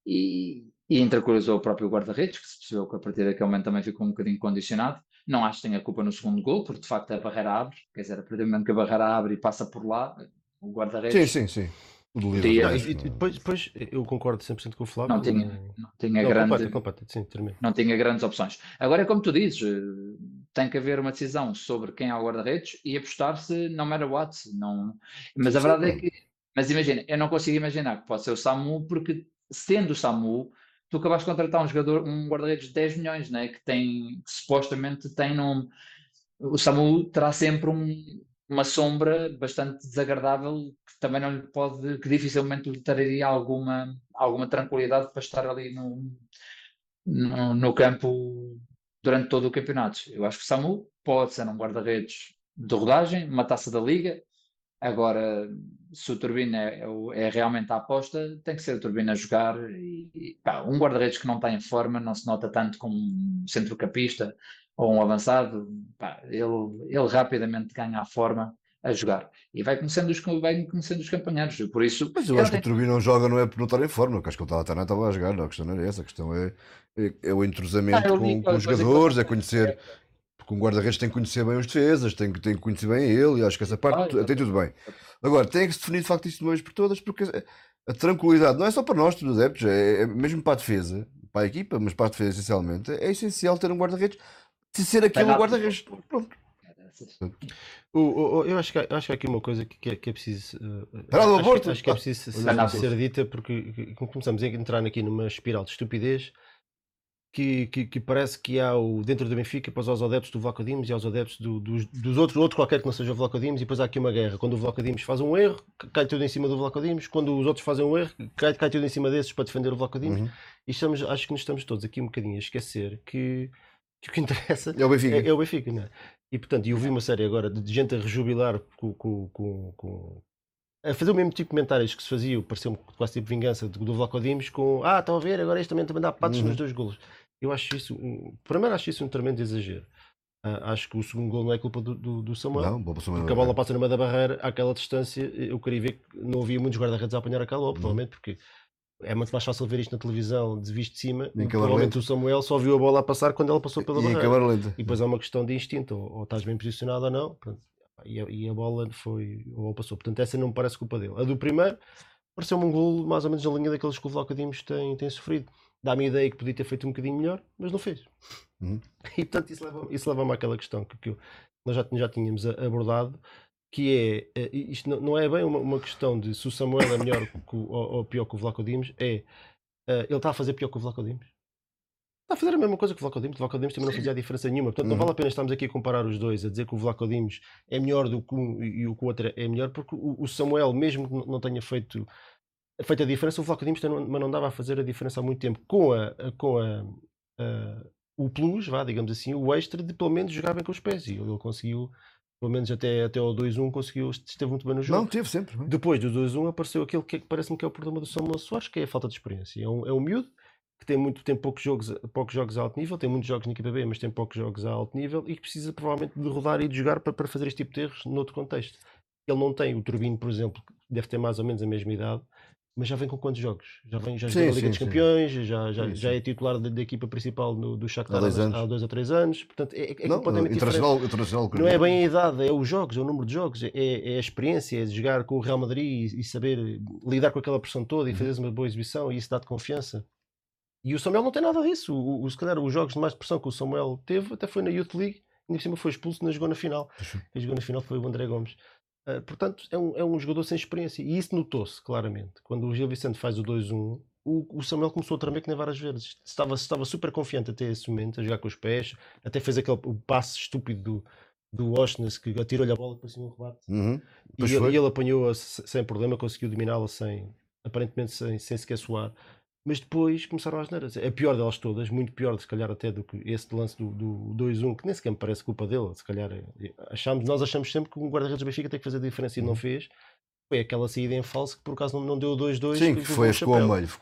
e intranquilizou o próprio guarda-redes, que se percebeu que a partir daquele momento também ficou um bocadinho condicionado. Não acho que tenha culpa no segundo gol, porque de facto a barreira abre, quer dizer, a partir do momento que a barreira abre e passa por lá, o guarda-redes Sim. O do Podia- livro. E depois eu concordo 100% com o Flávio. não tinha grande, Completa, sim, termino. não tinha grandes opções. Agora é como tu dizes, tem que haver uma decisão sobre quem é o guarda-redes e apostar-se no matter what. Não, mas a verdade é que, mas imagina, eu não consigo imaginar que pode ser o Samu, porque sendo o Samu, tu acabaste de contratar um guarda-redes de 10 milhões, né, que supostamente tem nome. O Samu terá sempre uma sombra bastante desagradável que também não lhe pode, que dificilmente lhe traria alguma tranquilidade para estar ali no campo durante todo o campeonato. Eu acho que o Samu pode ser um guarda-redes de rodagem, uma taça da liga. Agora, se o Turbina é realmente a aposta, tem que ser o Turbina a jogar. Pá, um guarda-redes que não está em forma não se nota tanto como um centrocampista ou um avançado. Pá, ele rapidamente ganha a forma a jogar e vai conhecendo os companheiros. Por isso, Mas eu acho que o Turbino não joga não é por não estar em forma, eu acho que ele estava a jogar, não, a questão não é essa, a questão é o entrosamento com os jogadores, é conhecer, porque um guarda-redes tem que conhecer bem os defesas, tem que conhecer bem ele, e acho que essa parte tem tudo bem. Agora, tem que se definir de facto isto de uma vez por todas, porque a tranquilidade não é só para nós, todos os adeptos, é mesmo para a defesa, para a equipa, mas para a defesa essencialmente, é essencial ter um guarda-redes, de ser aquele guarda-redes. Pronto. Eu acho que há aqui uma coisa que é preciso. Acho que é preciso ser dita, porque começamos a entrar aqui numa espiral de estupidez que parece que há dentro do Benfica, depois aos adeptos do Vlaco Dimos e aos adeptos dos outros qualquer que não seja o Vlaco Dimos, e depois há aqui uma guerra. Quando o Vlaco Dimos faz um erro, cai tudo em cima do Vlaco Dimos. Quando os outros fazem um erro, cai tudo em cima desses para defender o Vlaco Dimos. Uhum. E acho que nos estamos todos aqui um bocadinho a esquecer que o que interessa É o Benfica. é o Benfica, não é? E portanto, eu vi uma série agora de gente a rejubilar a fazer o mesmo tipo de comentários que se fazia, pareceu-me quase tipo vingança do Vlaco Dimos, com estão a ver, agora este também dá patos nos 2 golos. Eu acho isso, primeiro acho isso um tremendo exagero. Acho que o segundo gol não é culpa do Samuel, Não, boa pessoa, porque a bola passa no meio da barreira, àquela distância. Eu queria ver que não havia muitos guarda-redes a apanhar aquela bola, provavelmente, porque é muito mais fácil ver isto na televisão de visto de cima. Em câmara Provavelmente lenta. o Samuel só viu a bola a passar quando ela passou pela E em barreira. câmara lenta. E depois é uma questão de instinto, ou estás bem posicionado ou não. Pronto. E a bola passou. Portanto, essa não me parece culpa dele. A do primeiro pareceu-me um golo mais ou menos na linha daqueles que o Vlaco Dimos tem sofrido. Dá-me a ideia que podia ter feito um bocadinho melhor, mas não fez. Uhum. E portanto isso leva-me àquela questão que nós já tínhamos abordado, que é, isto não é bem uma questão de se o Samuel é melhor ou pior que o Vlaco Dimos, ele está a fazer pior que o Vlaco Dimos. Está a fazer a mesma coisa que o Vlaco Dimos. O Vlaco Dimos também não fazia diferença nenhuma. Portanto, não vale a pena estarmos aqui a comparar os dois, a dizer que o Vlaco Dimos é melhor do que um e o que o outro é melhor, porque o Samuel, mesmo que não tenha feito a diferença, o Vlaco Dimos mas não dava a fazer a diferença há muito tempo, com o plus, digamos assim, o extra de pelo menos jogar bem com os pés. E ele conseguiu, pelo menos até ao 2-1, esteve muito bem no jogo. Não, teve sempre. Bem. Depois do 2-1 apareceu aquele que parece-me que é o problema do Samuel Soares, que é a falta de experiência. É um miúdo que tem poucos jogos a alto nível, tem muitos jogos na equipa B, mas tem poucos jogos a alto nível e que precisa provavelmente de rodar e de jogar para fazer este tipo de erros noutro contexto. Ele não tem o Turbino, por exemplo, que deve ter mais ou menos a mesma idade, mas já vem com quantos jogos? Já jogou a Liga dos Campeões, já é titular da equipa principal do Shakhtar há 2 ou 3 anos. Portanto, é completamente internacional, não é bem a idade, é os jogos, é o número de jogos, é a experiência, é jogar com o Real Madrid e saber lidar com aquela pressão toda e fazer uma boa exibição, e isso dá-te confiança. E o Samuel não tem nada disso. Se calhar os jogos de mais pressão que o Samuel teve até foi na Youth League, e por cima foi expulso, não jogou na final. Quem jogou na final foi o André Gomes. Portanto, é um jogador sem experiência, e isso notou-se claramente. Quando o Gil Vicente faz o 2-1, o Samuel começou a tremer que nem várias vezes. Estava super confiante até esse momento, a jogar com os pés, até fez o passe estúpido do Oshness, que atirou-lhe a bola para cima do rebate. E ele apanhou-a sem problema, conseguiu dominá-la aparentemente sem sequer suar. Mas depois começaram as neiras. A pior delas todas, muito pior, se calhar, até do que esse lance do 2-1, que nem sequer me parece culpa dele. Se calhar, nós achamos sempre que um guarda-redes do Benfica tem que fazer a diferença e não fez. Foi aquela saída em falso que por acaso não deu o 2-2. Sim, ficou a meio.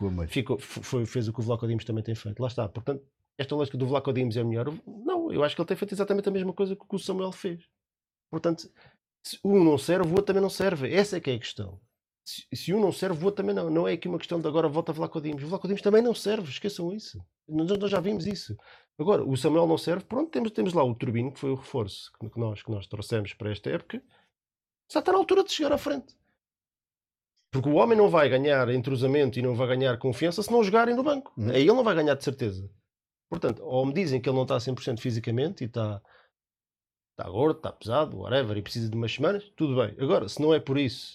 Fez o que o Vlaco Dimos também tem feito. Lá está. Portanto, esta lógica do Vlaco Dimos é melhor. Não, eu acho que ele tem feito exatamente a mesma coisa que o Samuel fez. Portanto, se um não serve, o outro também não serve. Essa é que é a questão. Se um não serve, o outro também não. Não é aqui uma questão de agora volta a Vlaco Dimos. O Vlaco Dimos também não serve, esqueçam isso. Nós já vimos isso. Agora, o Samuel não serve, pronto, temos lá o Turbino, que foi o reforço que nós trouxemos para esta época. Já está na altura de chegar à frente. Porque o homem não vai ganhar entrosamento e não vai ganhar confiança se não jogarem no banco. Aí ele não vai ganhar de certeza. Portanto, ou me dizem que ele não está a 100% fisicamente e está gordo, está pesado, whatever, e precisa de umas semanas, tudo bem. Agora, se não é por isso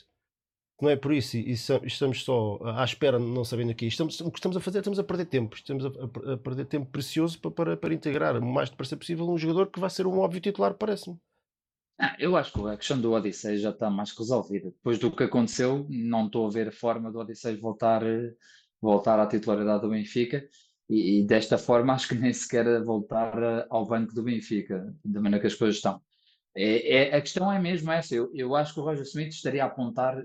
e estamos só à espera, não sabendo aqui, o que estamos a fazer, estamos a perder tempo. Estamos a perder tempo precioso para integrar o mais depressa possível um jogador que vai ser um óbvio titular, parece-me. Eu acho que a questão do Odissei já está mais resolvida. Depois do que aconteceu, não estou a ver a forma do Odissei voltar à titularidade do Benfica, e desta forma acho que nem sequer voltar ao banco do Benfica, da maneira que as coisas estão. A questão é mesmo essa. Eu acho que o Roger Smith estaria a apontar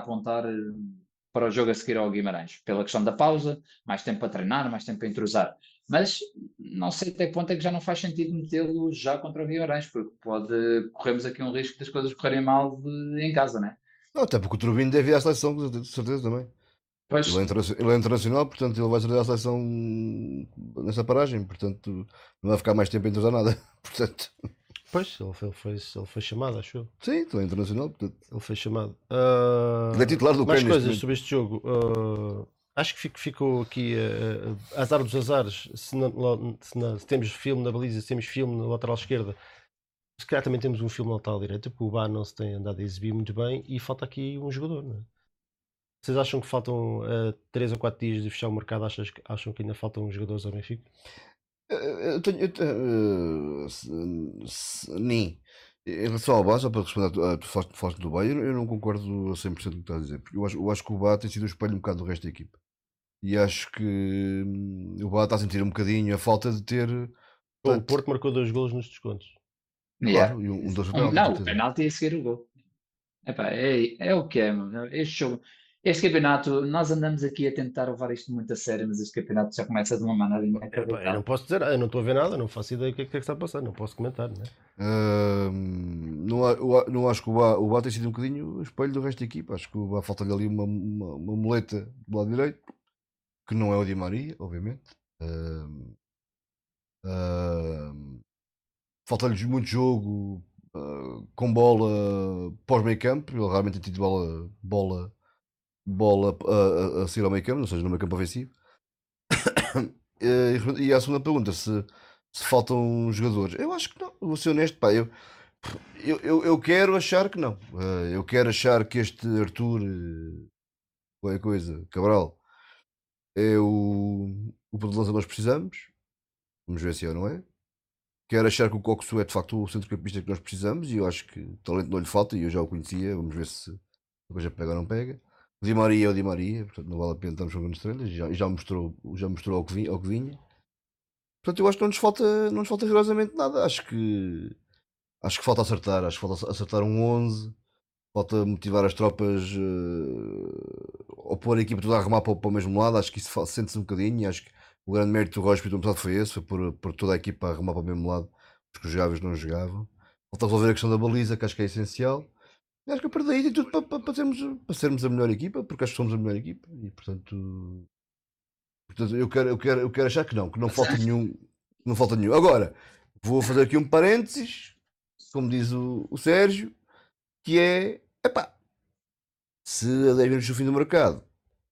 para o jogo a seguir ao Guimarães, pela questão da pausa, mais tempo para treinar, mais tempo para entrosar. Mas não sei até que ponto é que já não faz sentido metê-lo já contra o Guimarães, porque corremos aqui um risco das coisas correrem mal em casa, não é? Não, até porque o Turbino deve ir à seleção, de certeza também. Pois. Ele é internacional, portanto ele vai ser à seleção nessa paragem, portanto não vai ficar mais tempo a entrosar nada. Portanto... Pois, ele foi chamado, acho eu. Sim, ele é internacional, portanto... Ele foi chamado. Ele é titular do mais coisas sobre este jogo. Acho que ficou aqui azar dos azares. Se temos filme na baliza, se temos filme na lateral esquerda, se calhar também temos um filme na lateral direita, porque o Bar não se tem andado a exibir muito bem e falta aqui um jogador, não é? Vocês acham que faltam 3 ou 4 dias de fechar o mercado? Acham que ainda faltam jogadores ao Benfica? Eu tenho. Nem. Em relação ao Bá, só para responder tu falaste do Bá, eu não concordo a 100% com o que estás a dizer, porque eu acho que o Bá tem sido o espelho um bocado do resto da equipa. E acho que o Bá está a sentir um bocadinho a falta de ter. O Porto marcou 2 golos nos descontos. Yeah. Claro, e um deles foi penalti, Não, o certeza. penalti é a seguir o gol. Epá, é o que é, mano. Este campeonato, nós andamos aqui a tentar levar isto muito a sério, mas este campeonato já começa de uma maneira Eu inacreditável. não posso dizer, eu não estou a ver nada, não faço ideia do que é que está a passar, não posso comentar, né? Não acho que o Bá tem sido um bocadinho o espelho do resto da equipa. Acho que o Bá falta-lhe ali uma muleta do lado direito, que não é o Di Maria, obviamente. Falta-lhes muito jogo com bola pós-meio campo. Ele realmente tem tido bola a sair ao meio campo, ou seja, no meio campo ofensivo. E a segunda pergunta, se faltam jogadores, eu acho que não, vou ser honesto, pá, eu quero achar que não. Eu quero achar que este Arthur, qualquer coisa, Cabral, é o ponto de lança que nós precisamos. Vamos ver se é ou não é. Quero achar que o Coxu é de facto o centrocampista que nós precisamos e eu acho que talento não lhe falta e eu já o conhecia. Vamos ver se a coisa pega ou não pega. O Di Maria é o Di Maria, portanto não vale a pena estarmos jogando estrelas, já mostrou ao que vinha. Portanto, eu acho que não nos falta rigorosamente nada. Acho que falta acertar. Acho que falta acertar um 11. Falta motivar as tropas ou pôr a equipa toda a remar para o mesmo lado. Acho que isso sente-se um bocadinho. E acho que o grande mérito do Rocha do ano passado foi esse: foi por toda a equipa a remar para o mesmo lado. Os que jogáveis não jogavam. Falta resolver a questão da baliza, que acho que é essencial. E acho que a partir daí tem tudo para sermos a melhor equipa, porque acho que somos a melhor equipa. E portanto eu quero achar que não falta nenhum. Não falta nenhum. Agora, vou fazer aqui um parênteses, como diz o Sérgio, que é, epá, se a 10 minutos do fim do mercado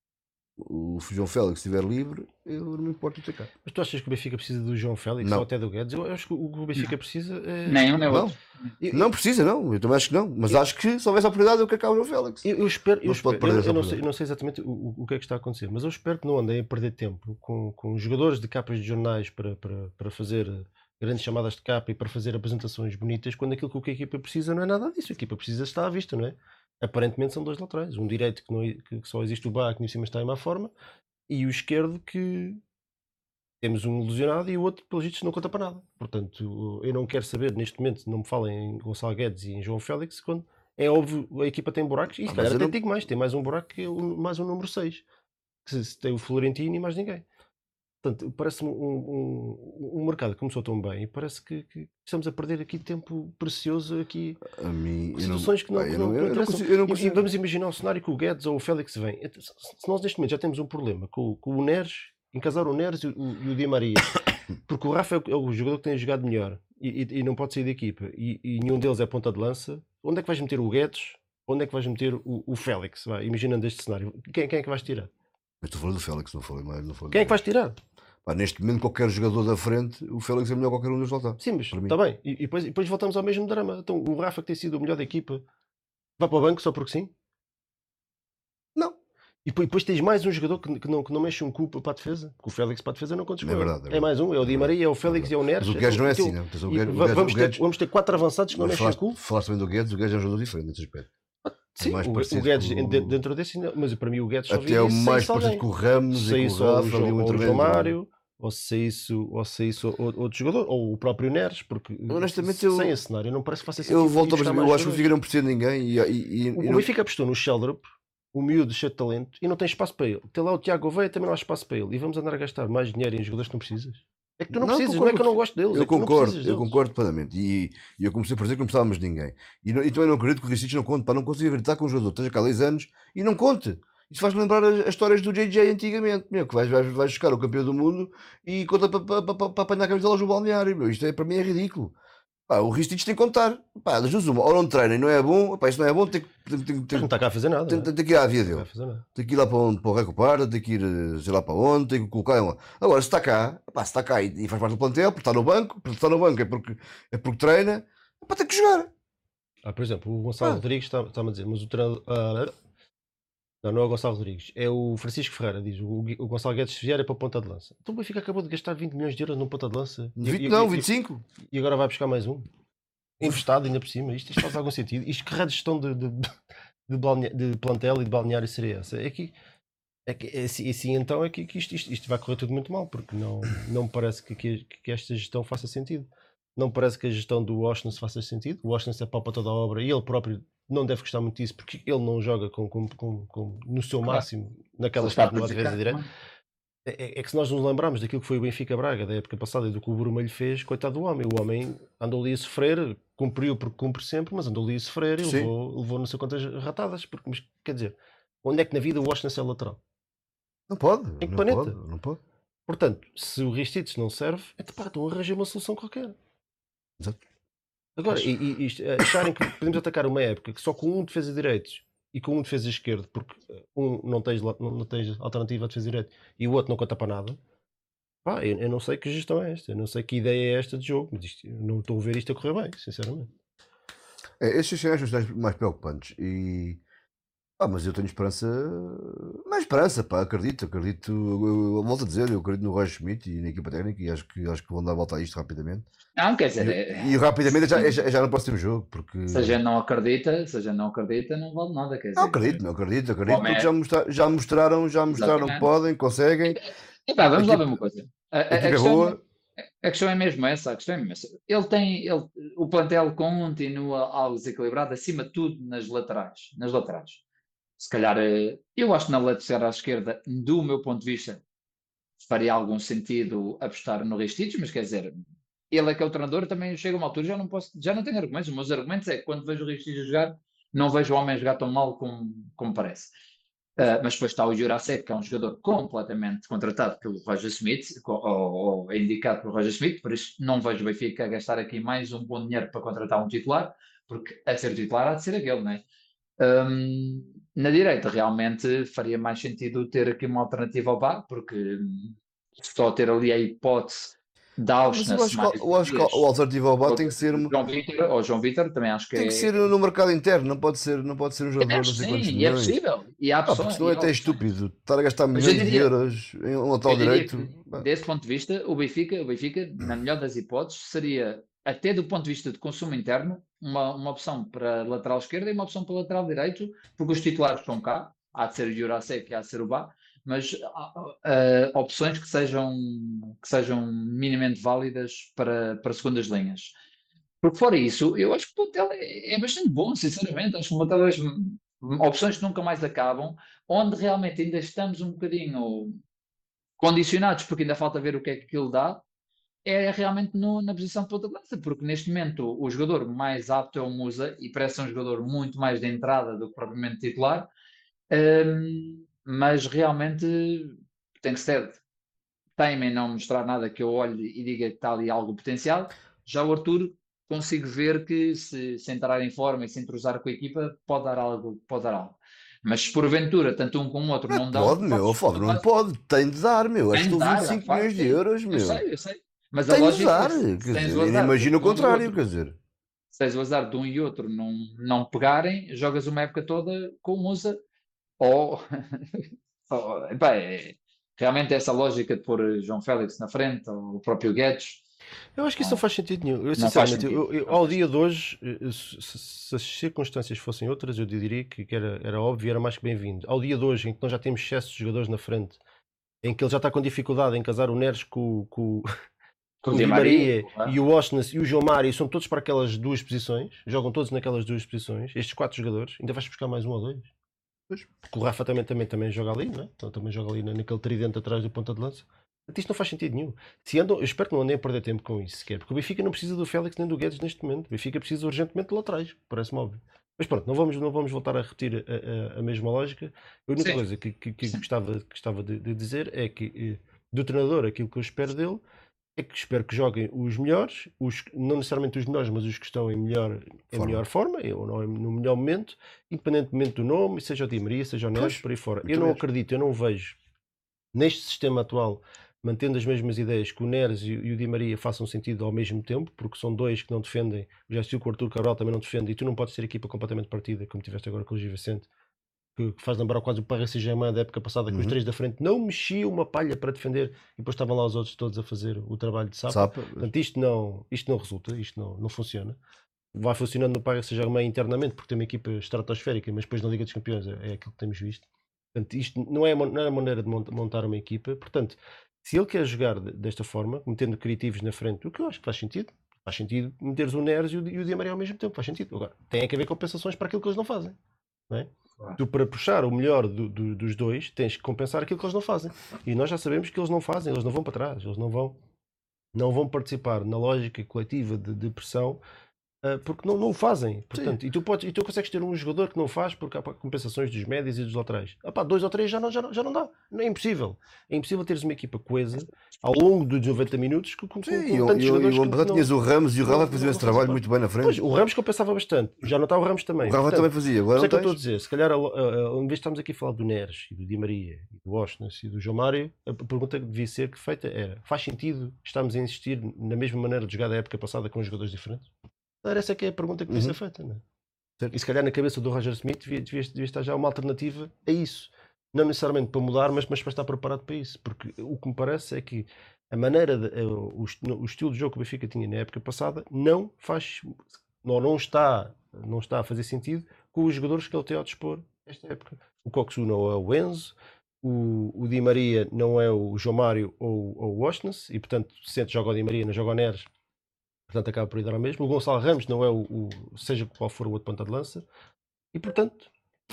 o João Félix estiver livre, eu não me importo de ter cá. Mas tu achas que o Benfica precisa do João Félix Não. ou até do Guedes? Eu acho que o que o Benfica precisa é... Nem um nem outro. Não precisa, não. Eu também acho que não. Mas acho que se houvesse a oportunidade, eu quero cá o João Félix. Eu espero, Não se pode perder essa eu oportunidade. não sei exatamente o que é que está a acontecer, mas eu espero que não andem a perder tempo com jogadores de capas de jornais para fazer grandes chamadas de capa e para fazer apresentações bonitas, quando aquilo que a equipa precisa não é nada disso. A equipa precisa estar à vista, não é? Aparentemente são 2 laterais. Um direito que só existe o Bá, que em cima está em má forma, e o esquerdo que temos um ilusionado e o outro, pelos vistos, não conta para nada. Portanto, eu não quero saber, neste momento, não me falem em Gonçalo Guedes e em João Félix, quando é óbvio a equipa tem buracos, e se calhar até não... digo mais, tem mais um buraco que é mais um número 6, que se tem o Florentino e mais ninguém. Portanto, parece-me um mercado que começou tão bem e parece que estamos a perder aqui tempo precioso aqui a mim, com situações que não interessam. E vamos imaginar um cenário que o Guedes ou o Félix vem. Se nós neste momento já temos um problema com o Neres, encasar o Neres e o Di Maria, porque o Rafa é o jogador que tem jogado melhor e não pode sair da equipa, e nenhum deles é ponta de lança, onde é que vais meter o Guedes? Onde é que vais meter o Félix? Vai, imaginando este cenário, quem é que vais tirar? Eu estou falando do Félix, não falei mais. Quem é que vais tirar? Pá, neste momento, qualquer jogador da frente, o Félix é melhor que qualquer um dos lá está. Sim, mas está bem. E depois voltamos ao mesmo drama. Então, o Rafa, que tem sido o melhor da equipa, vai para o banco só porque sim? Não. E depois tens mais um jogador que não mexe um cu para a defesa. Porque o Félix para a defesa não conta com É verdade. É mais um, é o Di Maria, é o Félix e é o Neres. Mas o Guedes não é assim, não. Vamos ter 4 avançados que não mexem o cu. Falaste também do Guedes, o Guedes é um jogador diferente nesse aspecto. Sim, o Guedes dentro desse, mas para mim o Guedes só até é o mais parecido com o Ramos e com o Rafa, ou o João Mário, ou se isso outro jogador, ou o próprio Neres, porque honestamente sem esse cenário não parece que faça sentido. Eu volto a eu acho que o Benfica não precisa de ninguém o Benfica apostou no Sheldrup, o miúdo cheio de talento, e não tem espaço para ele. Tem lá o Tiago Gouveia, também não há espaço para ele, e vamos andar a gastar mais dinheiro em jogadores que não precisas. É que tu não precisas, não é que eu não gosto deles. Eu concordo plenamente. E eu comecei por dizer que não precisávamos de ninguém. E também não acredito que o Ricic não conte. Para não conseguir verificar com um jogador esteja cá há 10 anos e não conte. Isso faz-me lembrar as histórias do JJ antigamente. Meu, que vais buscar o campeão do mundo e conta para apanhar a camisola no balneário. Meu, isto para mim é ridículo. Pá, o Ristich tem que contar. Pá, das duas uma, ou não treina e não é bom, pá, isso não é bom, tem não está cá a fazer nada. Tem que ir à vida dele. Tem que ir lá para onde, para o Recopar, tem que ir, sei lá para onde, tem que colocar lá. Agora, se está cá e faz parte do plantel, porque está no banco, é porque treina, pá, tem que jogar. Por exemplo, o Gonçalo Rodrigues está-me a dizer, mas o treinador. Não é o Gonçalo Rodrigues, é o Francisco Ferreira, diz o Gonçalo Guedes se vier é para a ponta de lança. Então o Benfica acabou de gastar 20 milhões de euros num ponta de lança 20 não, 25. e agora vai buscar mais um. Emprestado ainda por cima. Isto faz algum sentido? Isto que raio de gestão de plantel e de balneário seria essa? Assim, então é que isto vai correr tudo muito mal, porque não me parece que esta gestão faça sentido. Não me parece que a gestão do Washington faça sentido. O Washington se apalpa toda a obra e ele próprio não deve gostar muito disso, porque ele não joga no seu Claro. máximo naquelas Está partes de defesa direita. É que se nós nos lembrarmos daquilo que foi o Benfica Braga da época passada e do que o Bruma lhe fez, coitado do homem. O homem andou ali a sofrer, cumpriu porque cumpre sempre, mas andou ali a sofrer e Sim. levou não sei quantas ratadas. Mas, quer dizer, onde é que na vida o Washington é lateral? Não pode. Em que Não planeta? pode. Não pode. Portanto, se o Ristich não serve, então arranjei uma solução qualquer. Exato. Agora, acharem que podemos atacar uma época que só com um defesa direitos e com um defesa esquerdo, porque um não tens alternativa a defesa direito e o outro não conta para nada. Pá, eu não sei que gestão é esta, eu não sei que ideia é esta de jogo, mas eu não estou a ver isto a correr bem, sinceramente. Estes são os mais preocupantes. Mas eu tenho esperança. Mais esperança, pá, acredito. Eu volto a dizer, eu acredito no Roger Schmidt e na equipa técnica e acho que vão dar a volta a isto rapidamente. Não, quer dizer, E rapidamente já no próximo jogo, porque. se a gente não acredita, não vale nada, quer dizer. Não acredito, porque já mostraram que podem, conseguem. Vamos lá ver uma coisa. A equipa é boa. A questão é mesmo essa, o plantel continua algo desequilibrado, acima de tudo nas laterais. Se calhar, eu acho que na lateral esquerda, do meu ponto de vista, faria algum sentido apostar no Ristich, mas quer dizer, ele é que é o treinador, também chega uma altura, já não tenho argumentos. Os meus argumentos é que quando vejo o Ristich jogar, não vejo o homem jogar tão mal como parece. Mas depois está o Jurasek, que é um jogador completamente contratado pelo Roger Smith, ou indicado pelo Roger Smith, por isso não vejo o Benfica a gastar aqui mais um bom dinheiro para contratar um titular, porque a ser titular há de ser aquele, não é? Na direita, realmente faria mais sentido ter aqui uma alternativa ao Bá, porque só ter ali a hipótese da Auschwitz. Eu acho que o alternativo ao Bá tem que ser. João Vitor, também acho que tem que ser no mercado interno, não pode ser um jogador de não sei quantos milhões. É possível. E há porque senão é até estúpido estar a gastar milhões de euros em um lateral direito. Desse ponto de vista, o Benfica, na melhor das hipóteses, seria, até do ponto de vista de consumo interno, uma opção para lateral esquerda e uma opção para lateral direito, porque os titulares estão cá, há de ser o Jurasek e há de ser o Bá, mas opções que sejam minimamente válidas para segundas linhas. Porque fora isso, eu acho que o plantel é bastante bom, sinceramente. Acho que o plantel opções que nunca mais acabam, onde realmente ainda estamos um bocadinho condicionados, porque ainda falta ver o que é que aquilo dá, é realmente na posição de ponta de lança, porque neste momento o jogador mais apto é o Musa e parece um jogador muito mais de entrada do que propriamente titular, mas realmente tem que ser teima em não mostrar nada que eu olhe e diga que está ali algo potencial. Já o Arthur consigo ver que se entrar em forma e se entrosar com a equipa pode dar algo. Mas se porventura, tanto um como o outro não dão... Pode, meu, Fábio, não pode, tem de dar, meu. Acho que estão 25 milhões de euros, meu. Eu sei. Mas tem a lógica de dar, quer dizer, imagina o contrário, quer dizer. Se tens o azar de um e outro não pegarem, jogas uma época toda com o Musa ou... realmente essa lógica de pôr João Félix na frente ou o próprio Guedes... Eu acho que isso não faz sentido nenhum. Eu, sinceramente, ao dia de hoje, se as circunstâncias fossem outras, eu diria que era óbvio e era mais que bem-vindo. Ao dia de hoje, em que nós já temos excesso de jogadores na frente, em que ele já está com dificuldade em casar o Neres com o Di Maria e o Osnes e o João Mário, são todos para aquelas duas posições, jogam todos naquelas duas posições, estes 4 jogadores, ainda vais buscar mais um ou dois. Porque o Rafa também joga ali, não é? Então também joga ali naquele tridente atrás do ponta de lança. Isto não faz sentido nenhum. Eu espero que não andem a perder tempo com isso sequer, porque o Benfica não precisa do Félix nem do Guedes neste momento. O Benfica precisa urgentemente de laterais, parece-me óbvio. Mas pronto, não vamos voltar a repetir a mesma lógica. A única coisa que gostava de dizer é que do treinador aquilo que eu espero dele é que espero que joguem os melhores, não necessariamente os melhores, mas os que estão em melhor forma, ou no melhor momento, independentemente do nome, seja o Di Maria, seja o Neres, por aí fora. Eu não acredito, eu não vejo neste sistema atual, mantendo as mesmas ideias, que o Neres e o Di Maria façam sentido ao mesmo tempo, porque são dois que não defendem. Já assistiu que o Arthur Cabral também não defende, e tu não podes ter equipa completamente partida, como tiveste agora com o Gil Vicente, que faz lembrar quase o Paris Saint-Germain da época passada, que os Uhum. 3 da frente não mexiam uma palha para defender e depois estavam lá os outros todos a fazer o trabalho de sapa. Sapa. Portanto, isto não resulta, isto não funciona. Vai funcionando no Paris Saint-Germain internamente, porque tem uma equipa estratosférica, mas depois na Liga dos Campeões é aquilo que temos visto. Portanto, isto não é a maneira de montar uma equipa. Portanto, se ele quer jogar desta forma, metendo criativos na frente, o que eu acho que faz sentido meteres o Neres e o Di Maria ao mesmo tempo, faz sentido. Agora, tem que haver compensações para aquilo que eles não fazem. Não é? Claro. Tu, para puxar o melhor dos dois, tens que compensar aquilo que eles não fazem. E nós já sabemos que eles não fazem, eles não vão para trás, eles não vão participar na lógica coletiva de pressão, porque não o fazem. Portanto, e tu consegues ter um jogador que não faz porque há compensações dos médios e dos laterais. 2 ou 3 já não dá. Não é impossível. É impossível teres uma equipa coesa ao longo dos 90 minutos com tantos jogadores E o ano que passado tinhas o Ramos e o Rafa faziam esse trabalho muito bem na frente. Pois, o Ramos compensava bastante. Já não está o Ramos também. O Rafa Portanto, também fazia. Agora isso é que eu não estou a tens. dizer. Se calhar, em vez de estarmos aqui a falar do Neres e do Di Maria e do Washington e do João Mário, a pergunta que devia ser feita era: faz sentido estarmos a insistir na mesma maneira de jogar da época passada com jogadores diferentes? Essa é que é a pergunta que devia ser feita, não é? Certo. E se calhar na cabeça do Roger Smith devia estar já uma alternativa a isso. Não necessariamente para mudar, mas para estar preparado para isso. Porque o que me parece é que a maneira, o estilo de jogo que o Benfica tinha na época passada não está a fazer sentido com os jogadores que ele tem ao dispor nesta época. O Coxu não é o Enzo, o Di Maria não é o João Mário ou o Washington, e portanto, se joga o Di Maria, não joga o Neres. Portanto, acaba por ir dar ao mesmo. O Gonçalo Ramos não é seja qual for o outro ponta de lança. E, portanto,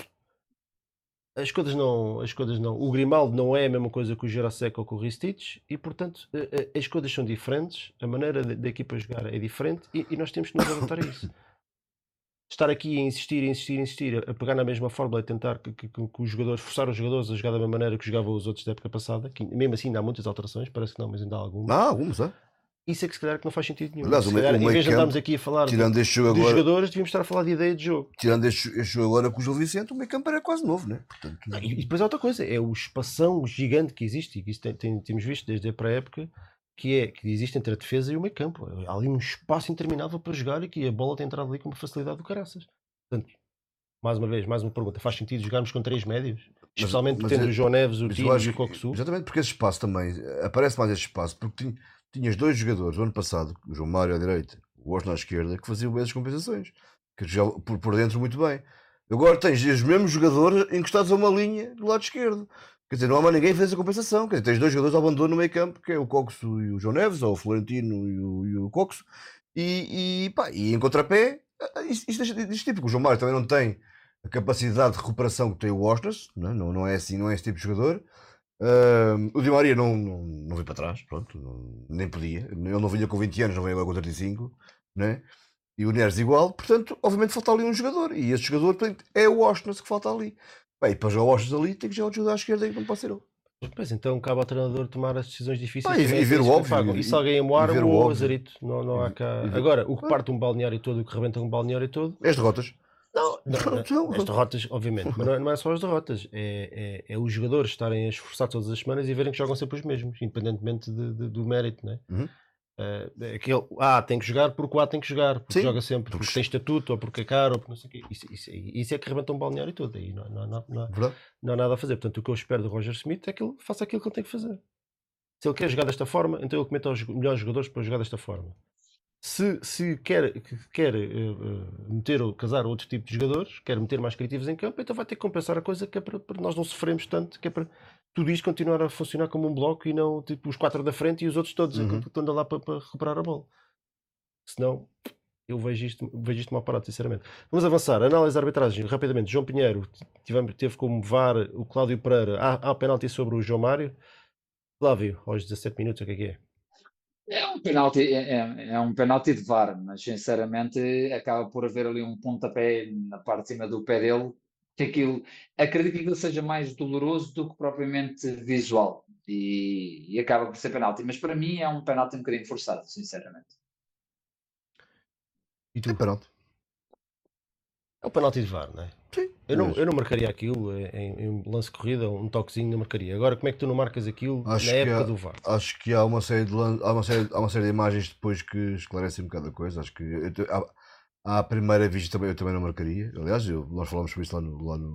as coisas não. O Grimaldo não é a mesma coisa que o Jurasek ou que o Ristich. E, portanto, as coisas são diferentes. A maneira da equipa jogar é diferente. E nós temos que nos adaptar a isso. Estar aqui a insistir, a pegar na mesma fórmula, a tentar que os jogadores, forçar os jogadores a jogar da mesma maneira que jogavam os outros da época passada. Que, mesmo assim, ainda há muitas alterações. Parece que não, mas ainda há algumas. Algumas, é? Isso é que se calhar que não faz sentido nenhum. Aliás, Se calhar, o em vez de meio andarmos campo, aqui a falar tirando este jogo dos agora, jogadores, devíamos estar a falar de ideia de jogo. tirando este jogo agora com o Gil Vicente, o meio campo era quase novo, né? Portanto, E depois há outra coisa, é o espação gigante que existe, e que isso temos visto desde a pré-época, que existe entre a defesa e o meio campo. Há ali um espaço interminável para jogar e que a bola tem entrado ali com uma facilidade do caraças. Portanto, mais uma vez, mais uma pergunta, faz sentido jogarmos com 3 médios? Especialmente tendo o João Neves, o Tino e o Coxu? Exatamente, porque esse espaço também, aparece mais esse espaço, porque tinhas 2 jogadores, o ano passado, o João Mário à direita, o Washington à esquerda, que faziam essas compensações, que jogavam por dentro muito bem. Agora tens os mesmos jogadores encostados a uma linha do lado esquerdo. Quer dizer, não há mais ninguém a fazer essa compensação. Quer dizer, tens 2 jogadores ao abandono no meio campo, que é o Coxo e o João Neves, ou o Florentino e o Coxo, e em contrapé, isto tipo, porque o João Mário também não tem a capacidade de recuperação que tem o Washington, não é assim, não é esse tipo de jogador. O Di Maria não veio para trás, pronto, nem podia. Ele não vinha com 20 anos, não veio agora com 35, né? E o Neres igual, portanto, obviamente falta ali um jogador, e esse jogador portanto, é o Washington que falta ali. Bem, para jogar o Washington ali tem que jogar o jogador à esquerda e não pode ser ele. Pois então cabe ao treinador tomar as decisões difíceis. E ver o óbvio. E se alguém a moar, ver o o óbvio. Azarito. Não há cá. Agora, o que parte um balneário todo, o que rebenta um balneário todo. As derrotas. Não, as derrotas, obviamente, mas não é só as derrotas, é os jogadores estarem a esforçar todas as semanas e verem que jogam sempre os mesmos, independentemente do mérito, né? Uhum. Aquele tem que jogar porque o A tem que jogar, porque Sim, joga sempre, porque tem estatuto, ou porque é caro, ou porque não sei o quê. Isso é que rebenta um balneário todo, aí não há nada a fazer. Portanto, o que eu espero do Roger Smith é que ele faça aquilo que ele tem que fazer. Se ele quer jogar desta forma, então ele cometa os melhores jogadores para jogar desta forma. Se quer meter ou casar outro tipo de jogadores, quer meter mais criativos em campo, então vai ter que compensar a coisa, que é para nós não sofrermos tanto, que é para tudo isto continuar a funcionar como um bloco e não tipo os 4 da frente e os outros todos que estão lá para recuperar a bola. Senão, eu vejo isto mal parado, sinceramente. Vamos avançar. Análise de arbitragem, rapidamente. João Pinheiro teve como VAR o Cláudio Pereira. Há penalti sobre o João Mário. Flávio, aos 17 minutos, o que é? É um penalti, é um penalti de VAR, mas sinceramente acaba por haver ali um pontapé na parte de cima do pé dele, que aquilo, acredito que aquilo seja mais doloroso do que propriamente visual, e acaba por ser penalti, mas para mim é um penalti um bocadinho forçado, sinceramente. E tu? É penalti. É o penalti de VAR, não é? Sim. Eu não marcaria aquilo em lance de corrida, um toquezinho não marcaria. Agora, como é que tu não marcas aquilo na época do VAR? Acho que há uma série de imagens depois que esclarecem um bocado a coisa. Acho que à primeira vista eu também não marcaria. Aliás, nós falámos sobre isso lá no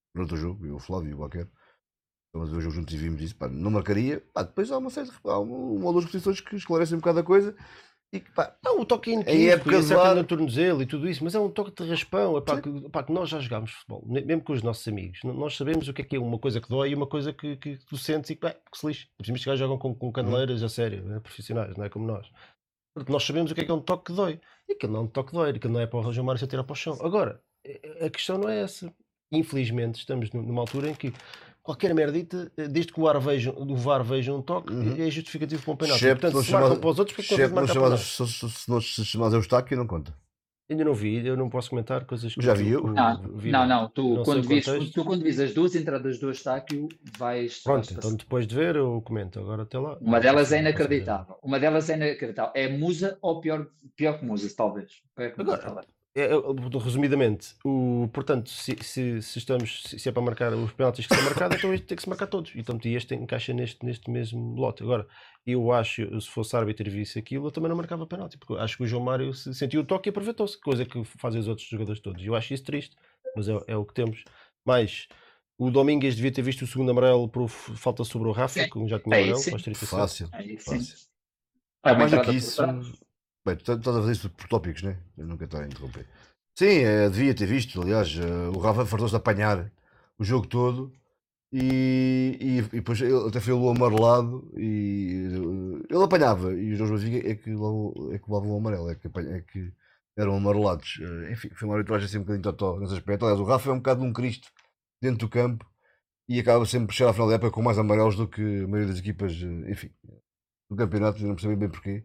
durante o jogo, eu, o Flávio e o Qualquer. Estamos a ver o jogo juntos e vimos isso, pá, não marcaria. Pá, depois há uma ou duas posições que esclarecem um bocado a coisa e que, pá, Não, o toque é em inequívoco, época e de acerta no VAR, tornozelo e tudo isso, mas é um toque de raspão. Epá, que nós já jogámos futebol, mesmo com os nossos amigos. Nós sabemos o que é uma coisa que dói e uma coisa que tu sentes e que se lixe. Por exemplo, estes gajos jogam com caneleiras a sério, né, profissionais, não é como nós. Portanto, nós sabemos o que é um toque que dói. E aquilo não é um toque que dói, aquilo não é para o Roger Mário se atirar para o chão. Agora, a questão não é essa. Infelizmente, estamos numa altura em que qualquer merdita, desde que o VAR veja um toque, é justificativo para um penalti. excepto Portanto, não se marcam chamar, para os outros, porque não tens de marcar para nós. se não se chamares Eustáquio, não conta. Ainda não vi, eu não posso comentar coisas que Já vi eu. vi Não, lá. não, Não sei o contexto. tu quando vis as duas entradas do Eustáquio, vais Pronto, então passar. depois de ver eu comento. Agora até lá. Uma não delas posso- é não posso dizer. inacreditável. Uma delas é inacreditável. É Musa ou pior que Musa, talvez. Pior que Musa, Agora, talvez. resumidamente, portanto, se é para marcar os penaltis que são marcados, então este tem que se marcar todos. Então este encaixa neste mesmo lote. Agora, eu acho, se fosse árbitro e visse aquilo, eu também não marcava penalti, porque eu acho que o João Mário sentiu o toque e aproveitou-se, coisa que fazem os outros jogadores todos. Eu acho isso triste, mas é o que temos. Mas o Domingues devia ter visto o segundo amarelo por falta sobre o Rafa, que já tinha É amarelo, isso, aos 37. Fácil. É isso, sim. Fácil. É uma Mais do entrada que por isso. trás. Bem, tu estás a fazer isso por tópicos, né? Eu nunca estou a interromper. Sim, devia ter visto. Aliás, o Rafa fartou-se de apanhar o jogo todo e depois ele até foi o amarelado e ele apanhava e os dois Benfica é que levavam o amarelo, é que eram amarelados. Enfim, foi uma arbitragem assim um bocadinho totó nesse aspecto. Aliás, o Rafa é um bocado um Cristo dentro do campo e acaba sempre por chegar à final da época com mais amarelos do que a maioria das equipas, enfim, do campeonato, eu não percebi bem porquê.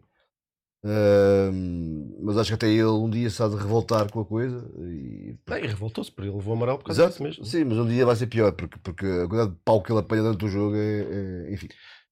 Mas acho que até ele um dia se há de revoltar com a coisa E revoltou-se, porque ele levou o amarelo por causa disso mesmo. Sim, mas um dia vai ser pior, porque a quantidade de pau que ele apanha durante o jogo enfim.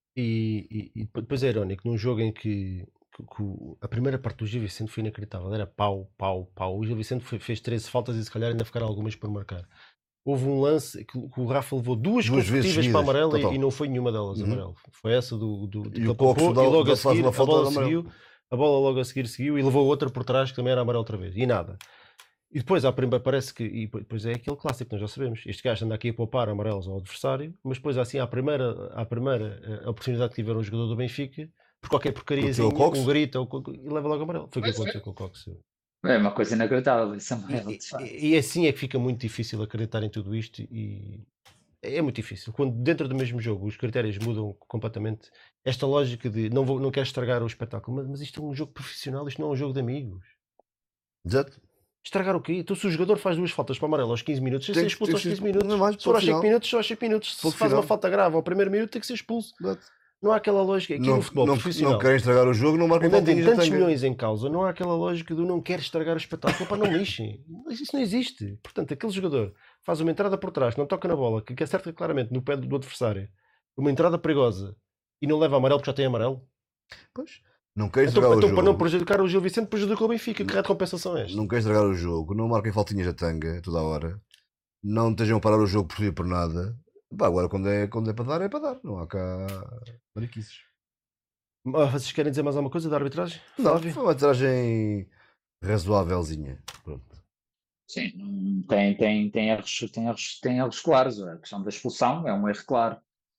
E depois é irónico, num jogo em que a primeira parte do Gil Vicente foi inacreditável, era pau. O Gil Vicente fez 13 faltas e se calhar ainda ficaram algumas por marcar. Houve um lance que o Rafa levou duas vezes consecutivas para seguidas, amarelo total. e não foi nenhuma delas amarelo. Foi essa do E que o ele Cox poupou, e logo a faz seguir uma a falta bola de amarelo. seguiu, a bola logo a seguir seguiu e levou outra por trás que também era amarelo outra vez. E nada. E depois, parece que. E depois é aquele clássico que nós já sabemos. Este gajo anda aqui a poupar amarelos ao adversário, mas depois, assim, à primeira oportunidade que tiver um jogador do Benfica, por qualquer porcariazinha, um grita e leva logo amarelo. Foi o que aconteceu com o Cox. É uma coisa inacreditável. Esse amarelo, de facto. E assim é que fica muito difícil acreditar em tudo isto e é muito difícil. Quando dentro do mesmo jogo os critérios mudam completamente, esta lógica de não quero estragar o espetáculo, mas isto é um jogo profissional, isto não é um jogo de amigos. Exato. Estragar o quê? Então se o jogador faz duas faltas para o amarelo aos 15 minutos, tem que ser expulso aos 15 minutos. Não é mais, Se for aos 5 minutos, só aos 5 minutos. Se faz uma falta grave ao primeiro minuto, tem que ser expulso. Exato. Não há aquela lógica. Aqui no futebol profissional, não querem estragar o jogo, não marcam onde tem faltinhas tantos de tanga. milhões em causa, não há aquela lógica do não quer estragar o espetáculo. Para não lixem. Isso não existe. Portanto, aquele jogador faz uma entrada por trás, não toca na bola, que acerta claramente no pé do adversário, uma entrada perigosa e não leva amarelo porque já tem amarelo. Pois. Não quer estragar o Então jogo. para não prejudicar o Gil Vicente, prejudica o Benfica. Que recompensação é esta? Não quer estragar o jogo, não marquem faltinhas da tanga toda a hora, não estejam a parar o jogo por si por nada. Pá, agora quando é para dar, é para dar. Não há cá mariquices. Vocês querem dizer mais alguma coisa da arbitragem? Não, Flávio? foi uma arbitragem razoávelzinha. Pronto. Sim, tem erros claros. A questão da expulsão é um erro claro.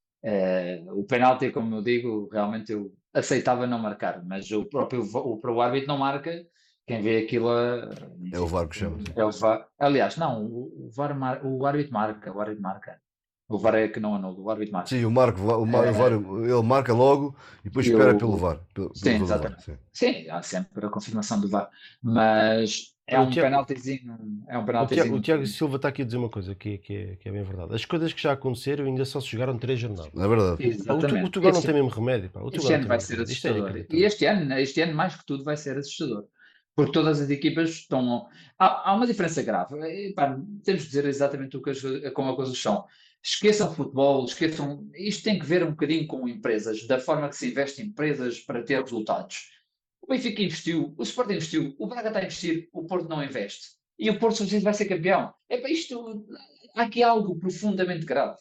O penalti, como eu digo, realmente eu aceitava não marcar, mas o próprio árbitro não marca. Quem vê aquilo É o VAR que chama. é o VAR. Aliás, não, o árbitro marca. O VAR é que não anula, o árbitro marca. Sim, o VAR, ele marca logo e depois espera pelo VAR. Sim, exatamente. Sim, há sempre a confirmação do VAR. Mas é um penaltizinho. O Tiago Silva está aqui a dizer uma coisa que é bem verdade. As coisas que já aconteceram ainda só se jogaram 3 jornadas. É verdade. O Tugal não tem mesmo remédio. Este ano vai ser assustador. E este ano, mais que tudo, vai ser assustador. Porque todas as equipas estão. Há uma diferença grave. Temos de dizer exatamente como as coisas são. Esqueçam futebol, esqueçam. Isto tem que ver um bocadinho com empresas, da forma que se investe em empresas para ter resultados. O Benfica investiu, o Sporting investiu, o Braga está a investir, o Porto não investe. E o Porto vai ser campeão. Há aqui algo profundamente grave.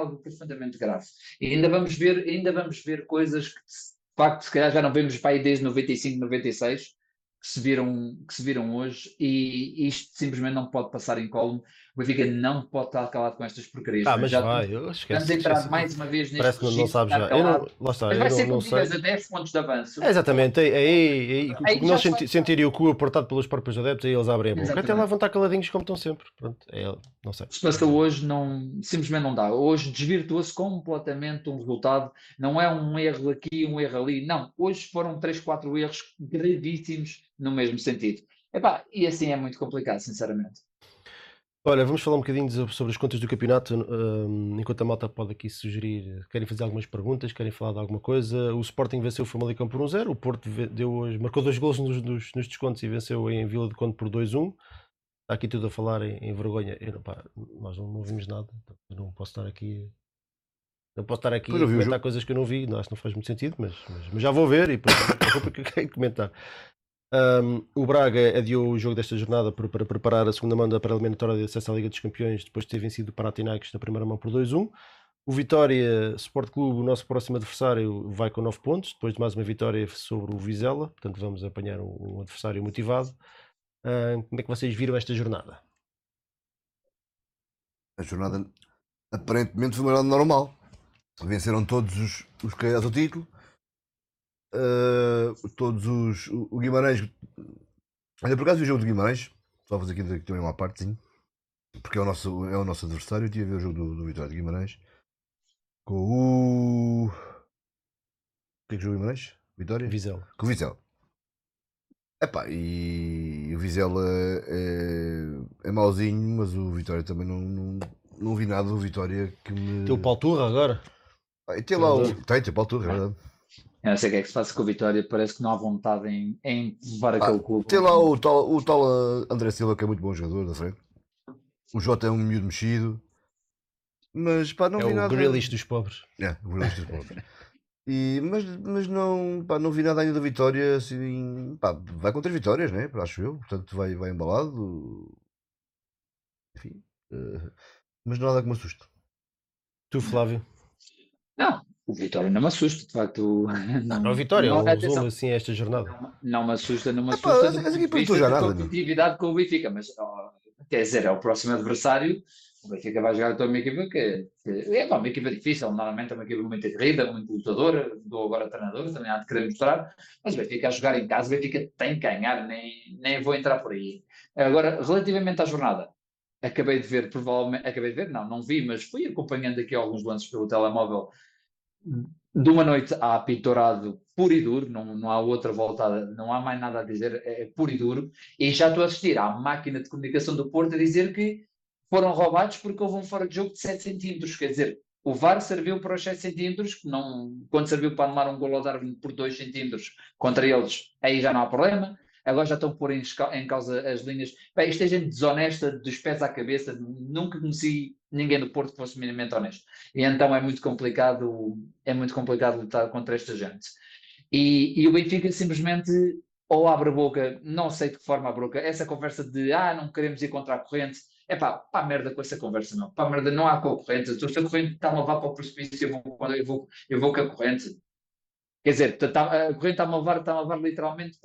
E ainda vamos ver coisas que, de facto, se calhar já não vemos para aí desde 95, 96, que se viram hoje, e isto simplesmente não pode passar em colmo. O Benfica não pode estar calado com estas porcarias. Mas Já vai, estamos a entrar mais uma vez neste Parece que não regime de sabes estar já. Eu não, calado. lá está, Mas eu vai ser não quando sei. estiveres a 10 pontos de avanço. Exatamente, aí, Aí quando já eles se vai- sentirem o cu apertado pelos próprios adeptos, aí eles abrem a boca. Até lá Exatamente. vão estar caladinhos como estão sempre. Pronto, não sei. Se passou hoje, simplesmente não dá. Hoje desvirtuou-se completamente um resultado. Não é um erro aqui, um erro ali. Não. Hoje foram 3, 4 erros gravíssimos no mesmo sentido. Epá, e assim é muito complicado, sinceramente. Olha, vamos falar um bocadinho sobre as contas do campeonato. Enquanto a malta pode aqui sugerir, querem fazer algumas perguntas, querem falar de alguma coisa. O Sporting venceu o Famalicão por 1-0. O Porto marcou 2 golos nos descontos e venceu em Vila de Conde por 2-1. Está aqui tudo a falar em vergonha. Nós não vimos nada. Eu não posso estar aqui. Não posso estar aqui a comentar coisas que eu não vi. Não, acho que não faz muito sentido, mas já vou ver e depois porque eu quero comentar. O Braga adiou o jogo desta jornada para preparar a segunda mão da pré-eliminatória de acesso à Liga dos Campeões, depois de ter vencido o Panathinaikos na primeira mão por 2-1. O Vitória Sport Clube, o nosso próximo adversário, vai com 9 pontos, depois de mais uma vitória sobre o Vizela, portanto vamos apanhar um adversário motivado. Como é que vocês viram esta jornada? A jornada aparentemente foi uma jornada normal. Venceram todos os candidatos ao título. O Guimarães. Olha, por acaso vi o jogo do Guimarães. Só fazer aqui também uma parte, porque é o nosso adversário. Eu tive a ver o jogo do Vitória de Guimarães com o. O que é que jogou o Guimarães? Vitória? Vizela. Com o Vizela. Epá, e o Vizela é mauzinho, mas o Vitória também não vi nada do Vitória que me. Tem o Paulo Turra agora? E tem lá o. Tem o Paulo Turra, é verdade. Eu não sei o que é que se passa com o Vitória, parece que não há vontade em levar aquele clube. Tem lá o tal André Silva, que é muito bom jogador da frente. O Jota é um miúdo mexido. Mas pá, não vi nada. É o Grealish dos pobres. O Grealish dos pobres. Mas não vi nada ainda da Vitória. Assim, pá, vai com 3 vitórias, né? Acho eu. Portanto, vai embalado. Enfim. Mas nada que me assuste. Tu, Flávio? Não, o Vitória não me assusta, de facto. Não, a Vitória, um resumo assim esta jornada. Não me assusta do ponto de vista de competitividade com o Benfica, mas quer dizer, é o próximo adversário. O Benfica vai jogar a uma equipa que é uma equipa difícil, normalmente é uma equipa muito aguerrida, muito lutadora, mudou agora treinador, também há de querer mostrar, mas o Benfica a jogar em casa, o Benfica tem que ganhar, nem vou entrar por aí. Agora, relativamente à jornada, acabei de ver, não vi, mas fui acompanhando aqui alguns lances pelo telemóvel. De uma noite a apito dourado puro e duro, não há outra voltada, não há mais nada a dizer, é puro e duro, e já estou a assistir à máquina de comunicação do Porto a dizer que foram roubados porque houve um fora de jogo de 7 centímetros, quer dizer, o VAR serviu para os 7 centímetros, quando serviu para anular um golo ao Darwin por 2 centímetros contra eles, aí já não há problema. Agora já estão a pôr em causa as linhas. Bem, isto é gente desonesta, dos pés à cabeça. Nunca conheci ninguém do Porto que fosse minimamente honesto. E então é muito complicado lutar contra esta gente. E o Benfica simplesmente ou abre a boca, não sei de que forma abre a boca, essa conversa de não queremos ir contra a corrente. É pá, a merda com essa conversa, não. Pá, merda, não há concorrente. Se a corrente está a levar para o precipício, eu vou com a corrente. Quer dizer, a corrente está-me a levar literalmente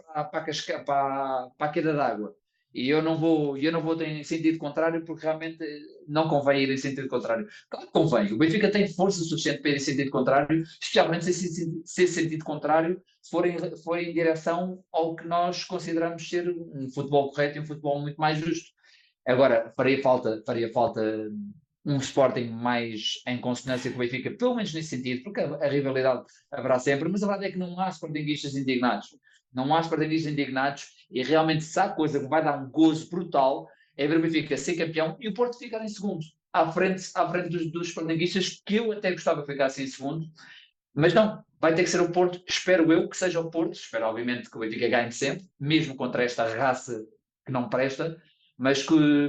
para a queda d'água. E eu não vou ter em sentido contrário porque realmente não convém ir em sentido contrário. Claro que convém. O Benfica tem força suficiente para ir em sentido contrário, especialmente se esse sentido contrário for em direção ao que nós consideramos ser um futebol correto e um futebol muito mais justo. Agora, faria falta um Sporting mais em consonância com o Benfica, pelo menos nesse sentido, porque a rivalidade haverá sempre, mas a verdade é que não há Sportinguistas indignados. Não há Sportinguistas indignados e realmente se há coisa que vai dar um gozo brutal é ver o Benfica ser campeão e o Porto ficar em segundo, à frente dos Sportinguistas, que eu até gostava que ficasse em segundo, mas não, vai ter que ser o Porto, espero eu que seja o Porto, espero obviamente que o Benfica ganhe sempre, mesmo contra esta raça que não presta, mas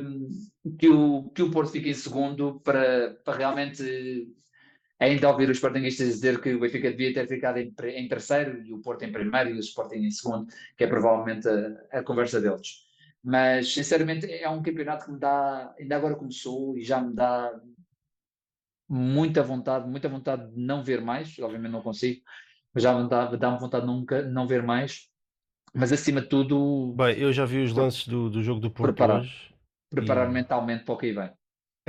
que o Porto fique em segundo para realmente ainda ouvir os sportinguistas dizer que o Benfica devia ter ficado em terceiro e o Porto em primeiro e o Sporting em segundo, que é provavelmente a conversa deles. Mas, sinceramente, é um campeonato que me dá, ainda agora começou e já me dá muita vontade de não ver mais, obviamente não consigo, mas já dá-me vontade de nunca não ver mais, Mas acima de tudo, Bem, eu já vi os lances do jogo do Porto preparar, hoje. preparar E mentalmente para o que aí vem.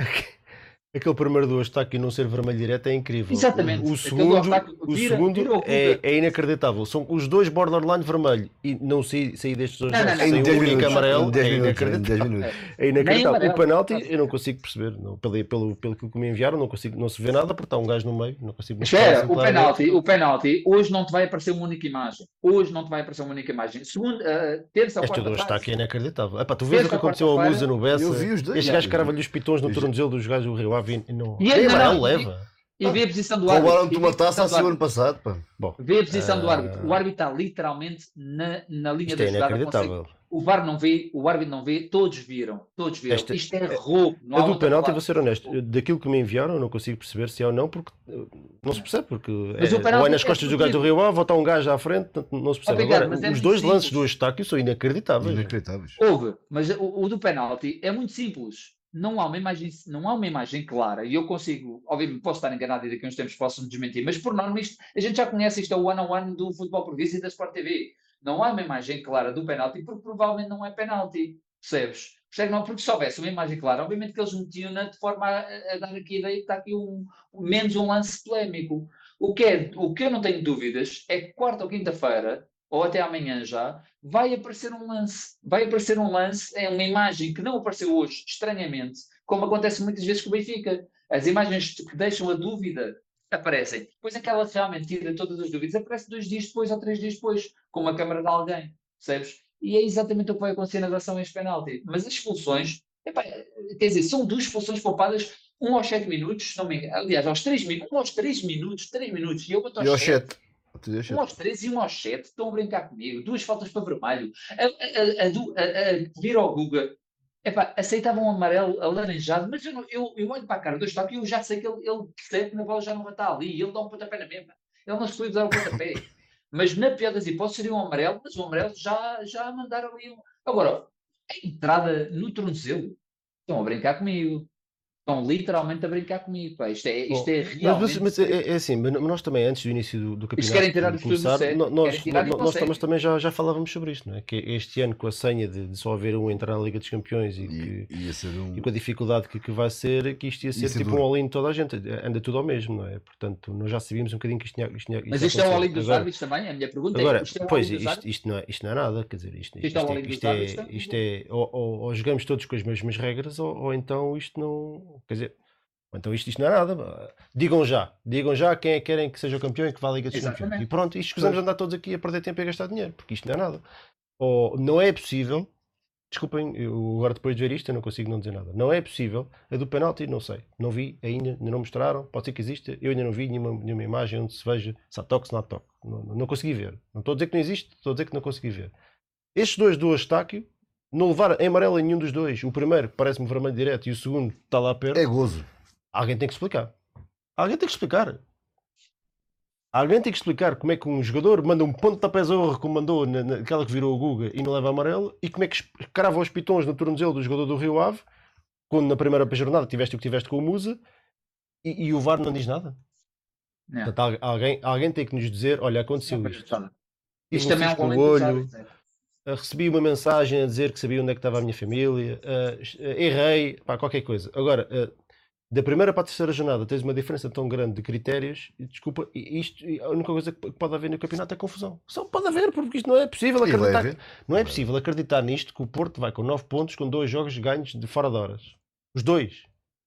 aquele primeiro do Eustáquio não ser vermelho direto é incrível. Exatamente. O Aquele do segundo, Eustáquio o vira segundo o Guga. é inacreditável. São os dois borderline vermelho e não sair destes dois Não, lances não, Em sem um 10 único minutos. amarelo Em 10 é minutos. Em 10 inacreditável. minutos. É inacreditável. Nem O amarelo, penalti está-se eu não bem. consigo perceber. Não, pelo que me enviaram, não se vê nada porque está um gajo no meio. Não consigo mostrar Espera, assim claramente. o penalti, hoje não te vai aparecer uma única imagem. Hoje não te vai aparecer uma única imagem. Segunda, terça ou Esta do quarta-feira. Eustáquio é inacreditável. Epá, tu vês o Terça que ou aconteceu ao Musa quarta-feira. no Bessa. Eu vi os dois. Este já, gajo eu vi. crava-lhe os pitões no Eu já- tornozelo dos gajos do Rio Ave e não. E Nem amarelo não, leva. e vê a posição do árbitro. Roubaram-te E vê uma a taça posição do assim o ano árbitro. passado, pá. Bom, Vê a posição do árbitro. O árbitro está literalmente na linha isto da é jogada. inacreditável. O VAR não vê, o árbitro não vê, todos viram. Todos viram. Esta- Isto é roubo. Não A há do outra penalti, palavra. vou ser honesto, daquilo que me enviaram, eu não consigo perceber se é ou não, porque não se percebe, porque Mas o ou penalti é nas é costas do gajo do fodido. Rio Ave, ou está um gajo à frente, portanto, não se percebe. Obrigado, Agora, mas é os muito dois lances simples. do Eustáquio são inacreditáveis. Inacreditáveis. Houve, mas o do penalti é muito simples. Não há uma imagem clara e eu consigo, obviamente posso estar enganado e daqui a uns tempos posso me desmentir, mas por norma a gente já conhece isto, é o one-on-one do Futebol por Vista e da Sport TV. Não há uma imagem clara do penalti porque provavelmente não é penalti, percebes? Percebe? Não, porque se houvesse uma imagem clara, obviamente que eles metiam-na de forma a dar aqui a ideia que está aqui menos um lance polémico. O que eu não tenho dúvidas é que quarta ou quinta-feira, ou até amanhã já, vai aparecer um lance. Vai aparecer um lance, é uma imagem que não apareceu hoje, estranhamente, como acontece muitas vezes com o Benfica. As imagens que deixam a dúvida aparecem. Depois aquela que realmente tira todas as dúvidas aparece 2 dias depois ou 3 dias depois, com uma câmara de alguém, percebes? E é exatamente o que vai acontecer na relação a este penalti. Mas as expulsões, epá, quer dizer, são 2 expulsões poupadas, um aos 7 minutos, se não me engano, aliás, aos 3 minutos, um aos 3 minutos, 3 minutos, e outro E ao aos 7. 7. Um aos 3 e um aos 7 estão a brincar comigo. 2 faltas para vermelho. A vir ao Guga. Epá, aceitava um amarelo alaranjado, mas eu olho para a cara do Eustáquio e eu já sei que ele percebe que na bola já não vai estar ali. Ele dá um pontapé na mesma. Ele não se foi dar o pontapé. Mas na pior das hipóteses seria um amarelo, mas o amarelo já mandaram ali. Agora, a entrada no tornozelo. Estão a brincar comigo. Estão literalmente a brincar comigo. Pá. Isto é realmente. Mas é assim, mas nós também, antes do início do Isto querem campeonato tirar os estudos começar, sério. nós, Querem tirar isto ao nós sério. também já falávamos sobre isto, não é? Que este ano, com a senha de só haver um entrar na Liga dos Campeões E ia ser e com a dificuldade que vai ser, que isto ia ser ser tipo duro. um all-in de toda a gente, anda tudo ao mesmo, não é? Portanto, nós já sabíamos um bocadinho que isto tinha Mas ia isto é o acontecer. all-in dos Agora- árbitros também? A minha pergunta é: Agora, isto é o pois, all-in dos árbitros? isto não é nada, quer dizer, Isto é o all-in dos árbitros também? isto é ou jogamos todos com as mesmas regras, ou então isto não, quer dizer, ou então isto não é nada. Digam já quem é que querem que seja o campeão e que vá à Liga dos Campeões. Exatamente. E pronto, isto escusamos de andar todos aqui a perder tempo e a gastar dinheiro, porque isto não é nada. Ou não é possível, desculpem, eu agora depois de ver isto eu não consigo não dizer nada. Não é possível, a do penalti não sei, não vi ainda não mostraram, pode ser que exista, eu ainda não vi nenhuma imagem onde se veja se há toque, se não há toque. Não consegui ver. Não estou a dizer que não existe, estou a dizer que não consegui ver. Estes dois do Eustáquio não levaram em amarelo em nenhum dos dois. O primeiro parece-me vermelho direto e o segundo está lá perto. É gozo. Alguém tem que explicar. Alguém tem que explicar. Alguém tem que explicar como é que um jogador manda um pontapé zorro como mandou naquela que virou o Guga e não leva amarelo, e como é que crava os pitões no tornozelo do jogador do Rio Ave, quando na primeira jornada tiveste o que tiveste com o Musa, e o VAR não diz nada. Não. Portanto, alguém tem que nos dizer, olha, aconteceu isto. Tive Isto um também é um cisco no all-in dos olho, árbitros. recebi uma mensagem a dizer que sabia onde é que estava a minha família, errei, pá, qualquer coisa. Agora, da primeira para a terceira jornada tens uma diferença tão grande de critérios, e, desculpa, a única coisa que pode haver no campeonato é confusão. Só pode haver, porque isto não é possível E vai acreditar. haver. Não é possível acreditar nisto, que o Porto vai com 9 pontos com 2 jogos ganhos de fora de horas. Os dois.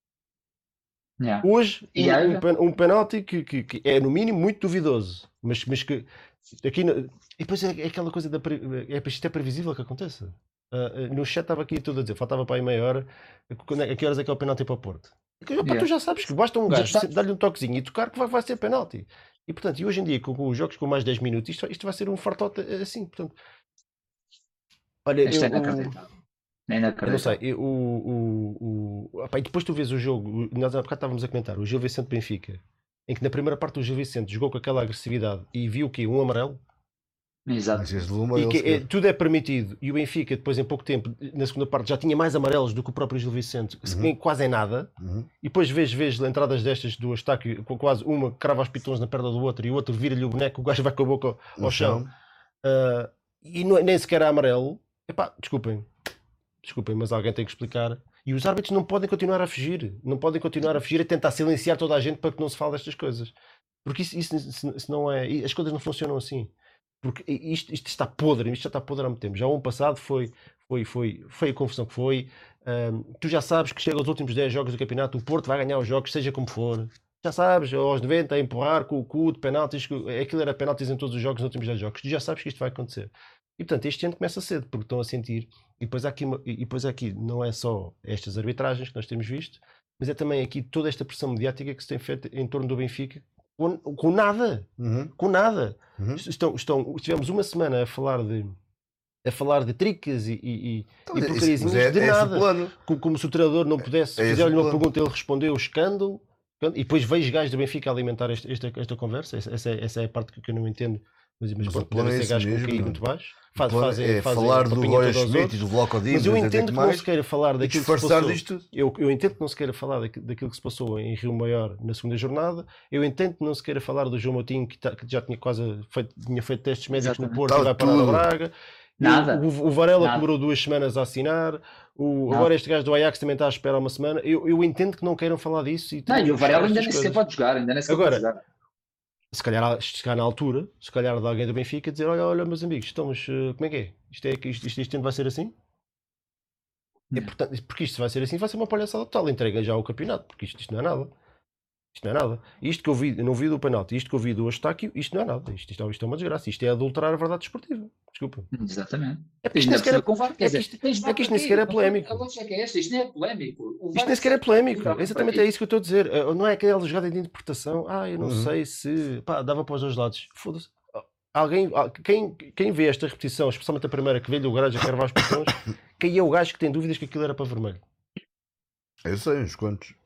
Yeah. Hoje, E aí? um penalti que é no mínimo muito duvidoso, mas que aqui e depois é aquela coisa isto é previsível que aconteça. No chat estava aqui tudo a dizer, faltava para aí meia hora, a que horas é que é o penalti para o Porto? Tu já sabes que basta um Já gajo sabes. dar-lhe um toquezinho e tocar que vai ser penalti. E portanto, e hoje em dia com os jogos com mais 10 minutos, isto vai ser um fartote assim, portanto. Olha, Isto é inacreditável. É eu não inacreditável. sei, e depois tu vês o jogo, nós há bocado estávamos a comentar, o Gil Vicente Benfica, em que na primeira parte o Gil Vicente jogou com aquela agressividade e viu o quê? Um amarelo? Exato. Mas esse Luma, E que ele tudo é permitido, e o Benfica depois em pouco tempo, na segunda parte, já tinha mais amarelos do que o próprio Gil Vicente, quase é nada, e depois vês entradas destas do Eustáquio, quase uma crava os pitões na perna do outro e o outro vira-lhe o boneco, o gajo vai com a boca ao chão. e nem sequer há amarelo. Epá, desculpem, mas alguém tem que explicar. E os árbitros não podem continuar a fugir. Não podem continuar a fugir e tentar silenciar toda a gente para que não se fale destas coisas. Porque isso não é. As coisas não funcionam assim. Porque isto está podre, isto já está podre há muito tempo. Já o ano passado foi a confusão que foi. Tu já sabes que chega aos últimos 10 jogos do campeonato, o Porto vai ganhar os jogos, seja como for. Já sabes, aos 90, a empurrar com o cu de penaltis, aquilo era penaltis em todos os jogos, nos últimos 10 jogos. Tu já sabes que isto vai acontecer. E portanto, este ano começa cedo, porque estão a sentir. E depois aqui não é só estas arbitragens que nós temos visto, mas é também aqui toda esta pressão mediática que se tem feito em torno do Benfica com nada. Com nada. Tivemos uma semana a falar de tricas e porcariazinhas de nada. Como se o treinador não pudesse. Fizer-lhe uma pergunta, ele respondeu escândalo. E depois vejo gajos do Benfica a alimentar esta conversa. Essa é a parte que eu não entendo. Mas pode ser gajos com QI muito baixo. Fazem falar do Roy Schmidt e do Bloco Dimas. Mas eu entendo que não se queira falar daquilo que se passou. Eu entendo que não se queira falar daquilo que se passou em Rio Maior na segunda jornada. Eu entendo que não se queira falar do João Moutinho, que já tinha feito testes médicos no Porto e vai parar a Braga. Nada. O Varela demorou 2 semanas a assinar. Agora este gajo do Ajax também está a esperar uma semana. Eu entendo que não queiram falar disso. E o Varela ainda nem sequer pode jogar. Agora, se calhar chegar na altura, se calhar de alguém do Benfica dizer, olha meus amigos, estamos, como é que é? Isto vai ser assim? Porque isto vai ser assim, vai ser uma palhaçada total. Entrega já o campeonato, porque isto não é nada. Isto não é nada. Isto que eu vi, não vi do penalti, isto que eu vi do Eustáquio, isto não é nada. Isto é uma desgraça. Isto é adulterar a verdade desportiva. Desculpa. Exatamente. Isto nem sequer é polémico. A lógica é esta, isto nem é polémico. Isto nem sequer é polémico. Exatamente é isso que eu estou a dizer. Não é aquela jogada de interpretação. Eu não sei se. Dava para os dois lados. Foda-se. Quem vê esta repetição, especialmente a primeira, que veio o gajo a quer vários petões, quem é o gajo que tem dúvidas que aquilo era para vermelho? Eu sei, uns quantos.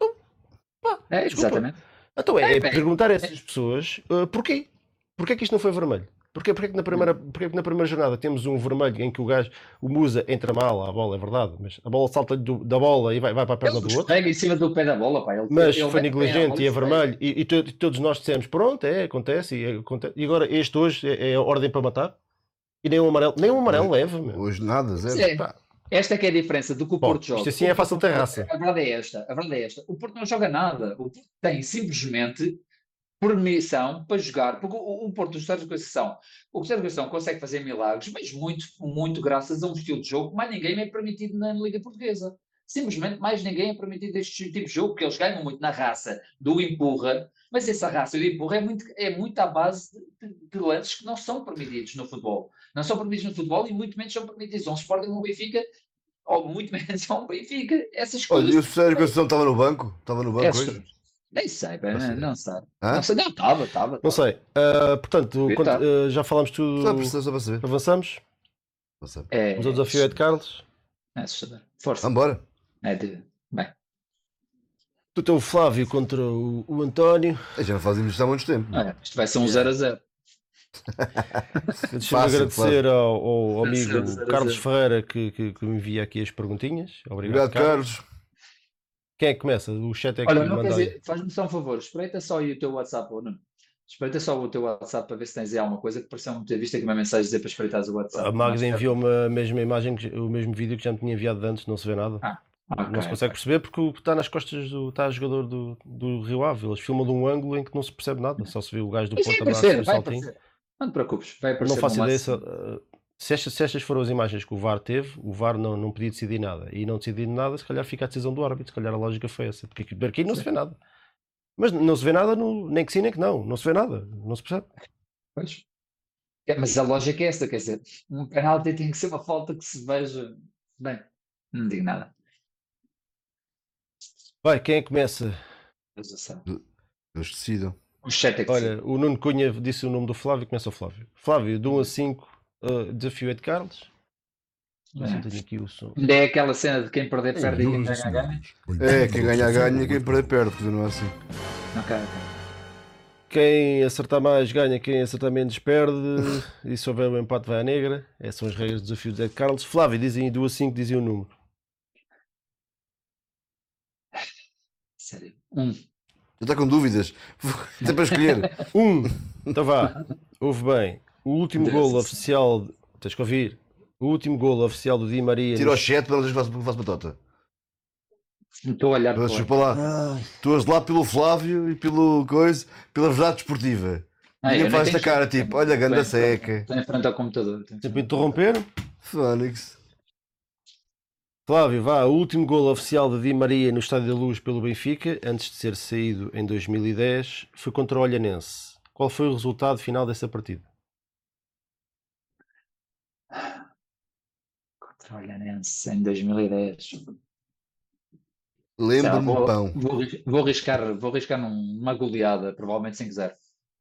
Exatamente. Então perguntar a essas pessoas porquê? Porquê que isto não foi vermelho? Porquê que na primeira jornada temos um vermelho em que o Musa entra mal à bola, é verdade, mas a bola salta da bola e vai para a perna do outro. Pega em cima do pé da bola, pá. Mas foi negligente e é vermelho e todos nós dissemos, pronto, acontece. E agora este hoje é a ordem para matar? E nem um amarelo leva. Hoje nada, zero. Esta é que é a diferença do que o Porto joga. Isto assim é fácil ter raça. A verdade é esta. O Porto não joga nada. O Porto tem simplesmente permissão para jogar. Porque o Porto, o Sérgio Conceição consegue fazer milagres, mas muito, muito graças a um estilo de jogo que mais ninguém é permitido na Liga Portuguesa. Simplesmente mais ninguém é permitido este tipo de jogo, porque eles ganham muito na raça do empurra, mas essa raça do empurra é muito à base de lances que não são permitidos no futebol. Não são permitidos no futebol e muito menos são permitidos a um Sporting ou um Benfica, ou muito menos a um Benfica. Essas coisas. Olha, e o Sérgio Conceição estava no banco? Estava no banco hoje? Nem sei, não sabe. Não sei, não, estava. Não sei. Portanto, já falámos tudo. Só para saber. Avançamos? Vamos ao desafio de Carlos. É assustador. Força. Vamos embora. Bem. Tu tens o Flávio contra o António. Já não fazemos isto há muito tempo. Isto vai ser um 0-0. Deixa-me agradecer ao amigo Carlos Ferreira que me envia aqui as perguntinhas. Obrigado, Carlos. Quem é que começa? O chat é que manda aí. Faz-me só um favor, espreita só aí o teu WhatsApp, ou não? Espreita só o teu WhatsApp para ver se tens aí alguma coisa que pareceu-me ter visto aqui uma mensagem dizer para espreitares o WhatsApp. A Magda enviou-me a mesma imagem, o mesmo vídeo que já me tinha enviado antes, não se vê nada. Não se consegue perceber porque está nas costas está a jogador do Rio Ave. Eles filmam de um ângulo em que não se percebe nada, só se vê o gajo do Porto abraço no saltinho. Não te preocupes, vai aparecer. Não faço ideia se estas foram as imagens que o VAR teve, o VAR não podia decidir nada. E não decidindo nada, se calhar fica a decisão do árbitro, se calhar a lógica foi essa. Porque aqui não se vê nada. Mas não se vê nada, nem que sim, nem que não se vê nada, não se percebe. Pois. Mas a lógica é esta, quer dizer, um penalti tem que ser uma falta que se veja. Bem, não digo nada. Vai, quem é que começa? Eles decidam. O chat é que Olha, o Nuno Cunha disse o nome do Flávio, começa o Flávio. Flávio, de 1 a 5, desafio é de Carlos. Tenho aqui o som. Ainda é aquela cena de quem perder perde e quem ganha ganha? Quem ganha ganha e quem perder perde, que não é assim. Ok. Quem acertar mais ganha, quem acertar menos perde. E se houver um empate vai à negra. Essas são as regras do desafio de Carlos. Flávio, dizem 2 a 5, dizem o número. Sério? 1. Já está com dúvidas. Tem para escolher. 1. Então vá. Ouve bem. O último golo oficial tens que ouvir. O último golo oficial do Di Maria. Tira o chat para não dizer que faço batota. Estou a olhar para Chupa lá. Tu és lá pelo Flávio e pelo coisa, pela verdade desportiva. Ninguém faz esta cara tipo, olha, ganda seca. Estou em frente ao computador. Sempre interromper. Fónix. Flávio, vá. O último golo oficial de Di Maria no Estádio da Luz pelo Benfica, antes de ser saído em 2010, foi contra o Olhanense. Qual foi o resultado final dessa partida? Contra o Olhanense em 2010. Lembro-me vou, pão. vou arriscar numa goleada, provavelmente 5-0.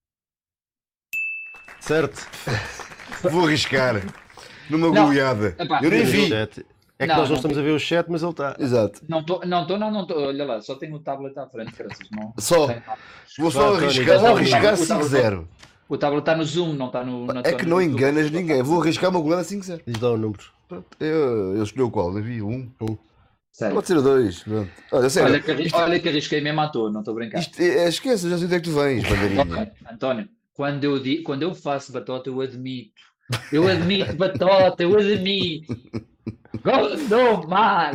Certo? Vou arriscar numa Não. goleada. Epá, Eu nem O vi. chat. É que Não, nós não não estamos a ver o chat, mas ele está. Exato. Não estou. Olha lá, só tenho o tablet à frente, graças. Não, Só. tem nada. Vou só Vá, arriscar, Tony, vou diz lá. arriscar 5-0. O tablet está no Zoom, não está no. É que não enganas ninguém. Vou arriscar uma goleada 5-0. Diz lá o número. Pronto. Eu escolhi o qual? Eu vi um. Sério. Pode ser o 2. Pronto. Olha, sério. Olha que arrisquei mesmo à toa, não estou a brincar. Esquece, eu já sei onde é que tu vens, bandeirinha. Ok, António, quando eu faço batota, eu admito. Eu admito batota, eu admito. Gol mar!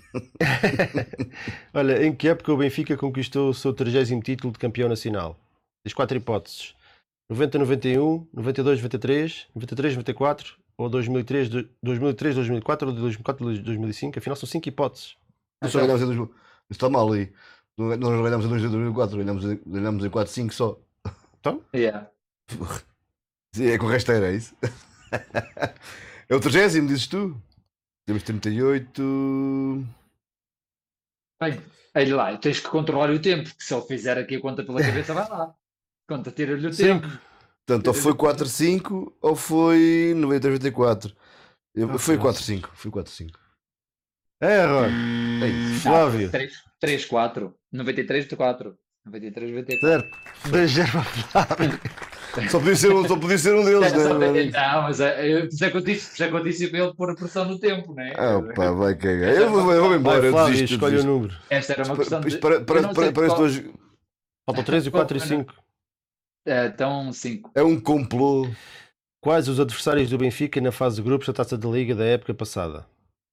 Olha, em que época o Benfica conquistou o seu 30º título de campeão nacional? Tens 4 hipóteses. 90-91, 92-93, 93-94 ou 2003-2004 ou 2004-2005. Afinal são 5 hipóteses. Nós só ganhámos em 2000. Isso está mal aí. Nós não ganhámos em 2004, ganhámos em 4-5 só. Então? Yeah. Sim, é com o rasteiro, é isso? É o 30º, dizes tu? Temos 38. Bem, olha lá, tens que controlar o tempo, que se ele fizer aqui a conta pela cabeça, vai lá. Conta, tira-lhe o tempo. Portanto, ou foi 4-5 ou foi 93-94. Foi 4-5. Foi 4-5. É, Rod. Flávio. 3-4. 93-4. 93-94. Certo. 2-0 para Flávio. Só podia ser um deles, né? Não, mas por isso é que eu disse para ele pôr a pressão no tempo, não é? Ah, pá, vai cagar. Eu vou embora, Vai, eu Flávio, desisto. escolhe o número. Esta era uma questão de. Isto eu não sei parece qual- hoje. Faltam 3, 4 e 5. Então, 5. É um complô. Quais os adversários do Benfica na fase de grupos da Taça da Liga da época passada?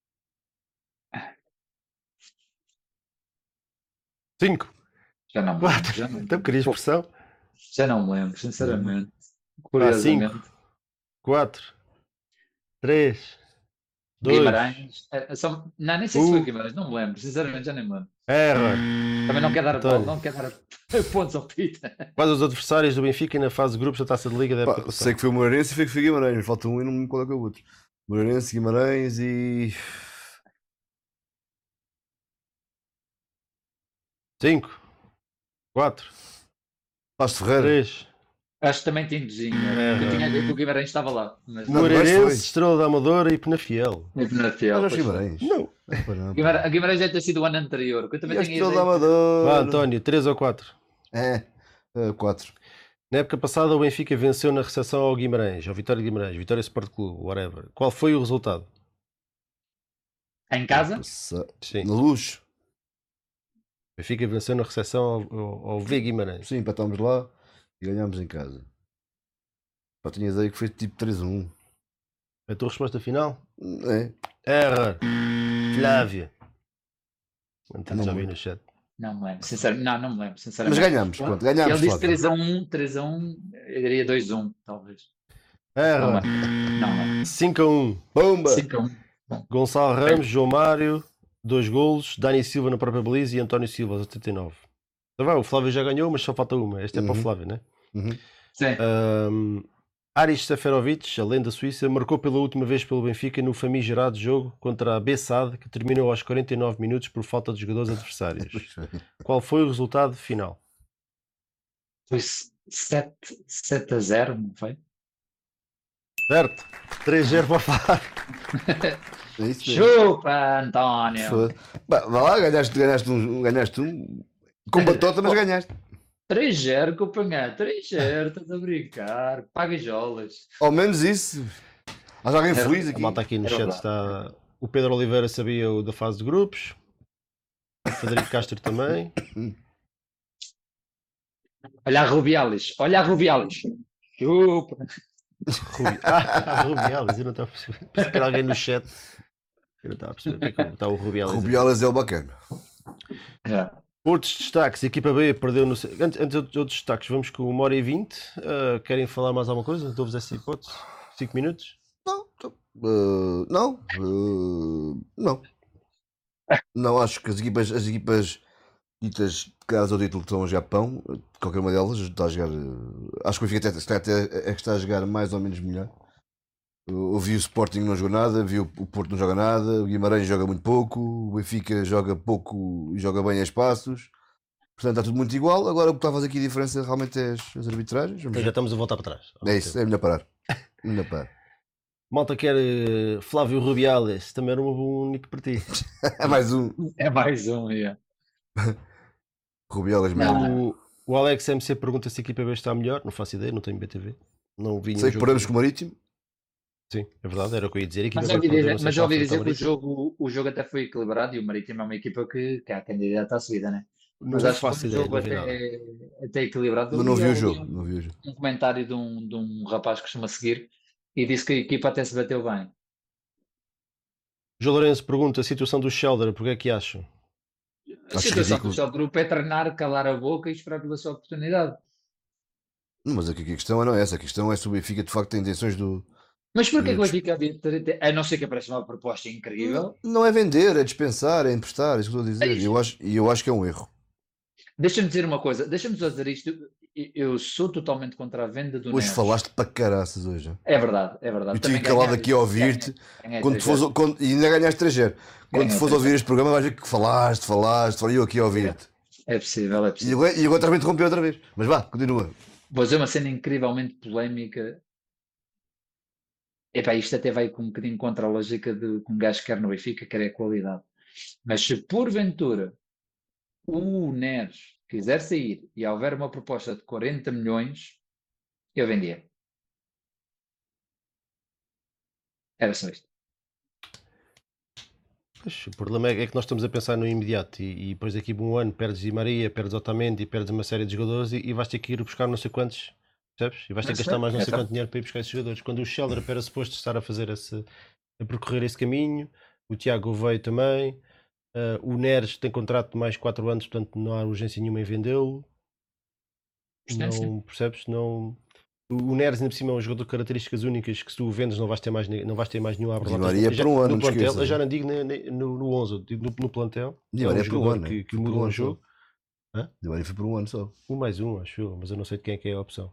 5. Já não me lembro. Já não, Então querias pressão? já não me lembro, sinceramente. Vá, Curiosamente. 5, 4, 3, 2. Guimarães. Não, nem sei se foi Guimarães, não me lembro. Sinceramente, já nem me lembro. Erra. Também não quero dar a António. bola, não quero dar pontos ao Pita. Quais os adversários do Benfica na fase de grupos da Taça da Liga da época Pá, passada? sei que foi o Moreirense e foi Guimarães. Falta um e não me coloca o outro. Moreirense, Guimarães e. 5, 4, Passo Ferreira. 3. Acho que também tem Duzinho. Eu tinha a ideia que o Guimarães estava lá. Mas Não, Moreirense, foi. Estrela da Amadora e Penafiel. Não na fiel, Mas aos pois foi. Guimarães. Não. A Guimarães deve ter sido o ano anterior. Que eu também E a tenho a Estrela ideia. da Amadora. Vá, António, 3 ou 4. 4. Na época passada o Benfica venceu na recepção ao Guimarães, ao Vitória de Guimarães, Vitória Sport Clube, whatever. Qual foi o resultado? Em casa? Sim. Na Luz. O Benfica venceu na recepção ao V Guimarães. Sim, empatámos lá e ganhámos em casa. Pá, tinha ideia que foi tipo 3-1. A tua resposta final? É. Erra. Flávia. Antes Não já vi muito. no chat. Não me lembro. Não me lembro. Mas Sinceramente. ganhámos, pronto, ganhámos. Ele disse Flávio. 3-1, eu diria 2-1, talvez. Não Erra. me lembro. 5-1. Bomba! 5-1. Gonçalo Ramos, João Mário, 2 golos, Dani Silva na própria baliza e António Silva aos 89. Então vai, o Flávio já ganhou, mas só falta uma. Esta é para o Uhum. Flávio, né? Uhum. Sim. Aris Seferovic, a lenda suíça, marcou pela última vez pelo Benfica no famigerado jogo contra a Bessade, que terminou aos 49 minutos por falta de jogadores adversários. Qual foi o resultado final? Foi 7-0, não foi? Certo? 3-0 para o Flávio. É isso mesmo. Chupa, António! Foda. Bah, vá lá, ganhaste um. Com batota, mas ganhaste. 3-0 que eu apanhei. 3-0, estás a brincar. Paga jolas. Ao menos isso. Há alguém feliz A aqui. malta aqui no É chat verdade. está... O Pedro Oliveira sabia o da fase de grupos. O Frederico Castro também. Olha a Rubiales. Chupa. Rubiales, eu não estava a perceber. Pensei que era alguém no chat. Eu não estava a perceber o que é que está o Rubiales. Rubiales é o bacana. Já. Outros destaques, a equipa B perdeu no. Antes de outros destaques, vamos com 1h20. Querem falar mais alguma coisa? Dou-vos essa hipótese. 5 minutos? Não. Não. Não, acho que as equipas ditas caras ao título que estão no Japão, qualquer uma delas está a jogar. Acho que o Benfica até é que está a jogar mais ou menos melhor. Eu vi o Sporting não jogou nada, vi o Porto não joga nada, o Guimarães joga muito pouco, o Benfica joga pouco e joga bem a espaços. Portanto, está tudo muito igual. Agora o que está a fazer aqui a diferença realmente é as arbitragens. Então já estamos a voltar para trás. É isso, é melhor parar. Melhor parar. Malta quer Flávio Rubiales, também era um bom nick para ti. É mais um. É mais um, yeah. Rubiales Não, mesmo. O Alex MC pergunta se a equipa B está melhor. Não faço ideia, não tenho BTV. Não vi nenhum Sei que jogo. perdemos com o Marítimo. Sim, é verdade, era o que eu ia dizer. A equipa Mas B ouvi perdeu, dizer, não sei mas se está ouvi a frente ao dizer que Marítimo. o jogo até foi equilibrado e o Marítimo é uma equipa que é a candidata à subida, né? Mas Não acho que faço foi um ideia, jogo não vi nada. até equilibrado. Mas Eu não li vi o ali jogo. Não vi o jogo. um comentário de um rapaz que costuma seguir e disse que a equipa até se bateu bem. João Lourenço pergunta a situação do Shelder, porque é que acham? A Acho situação ridículo. do seu grupo é treinar, calar a boca e esperar pela sua oportunidade. Não, mas aqui a questão não é essa. A questão é se o Benfica de facto tem intenções do. Mas porquê que o de- Benfica havia de ter, a não ser que apareça uma proposta incrível? Não é vender, é dispensar, é emprestar. É isso que eu estou a É dizer. isso. Eu acho que é um erro. Deixa-me dizer uma coisa, deixa-me só dizer isto. Eu sou totalmente contra a venda do Hoje Neres. falaste para caraças hoje. Hein? É verdade, é verdade. Eu tive Também calado ganhei, aqui a ouvir-te. ganhei Quando 3-0. e ainda ganhaste 3-0. Quando Ganhei fores ouvir 3-0. este programa, vais ver que falaste, e eu aqui a ouvir-te. É possível, é E possível. agora estás-me a interromper outra vez. Mas vá, continua. Vou dizer uma cena incrivelmente polémica. Epá, isto até vai com um bocadinho contra a lógica de que um gajo quer no Benfica, quer é a qualidade. Mas se porventura o Neres quiser sair e houver uma proposta de 40 milhões, eu vendia. Era só isto. Pois, o problema é que nós estamos a pensar no imediato e depois daqui a um ano perdes Di Maria, perdes Otamendi, perdes uma série de jogadores e vais ter que ir buscar não sei quantos, percebes? E vais ter que gastar mais não sei quanto dinheiro para ir buscar esses jogadores. Quando o Scheller era suposto estar a fazer a percorrer esse caminho, o Tiago veio também, o Neres tem contrato de mais 4 anos, portanto não há urgência nenhuma em vendê-lo. Não, percebes? Não. O Neres, ainda por cima, é um jogador de características únicas que se tu o vendes não vais ter mais nenhum a abrir Di Maria por um ano, no não te plantel. esqueças. Eu já não digo no 11, digo no plantel. Di É um Maria por um jogador ano. que muda o jogo. Di Maria foi por um ano só. Mais um, acho eu, mas eu não sei de quem é que é a opção.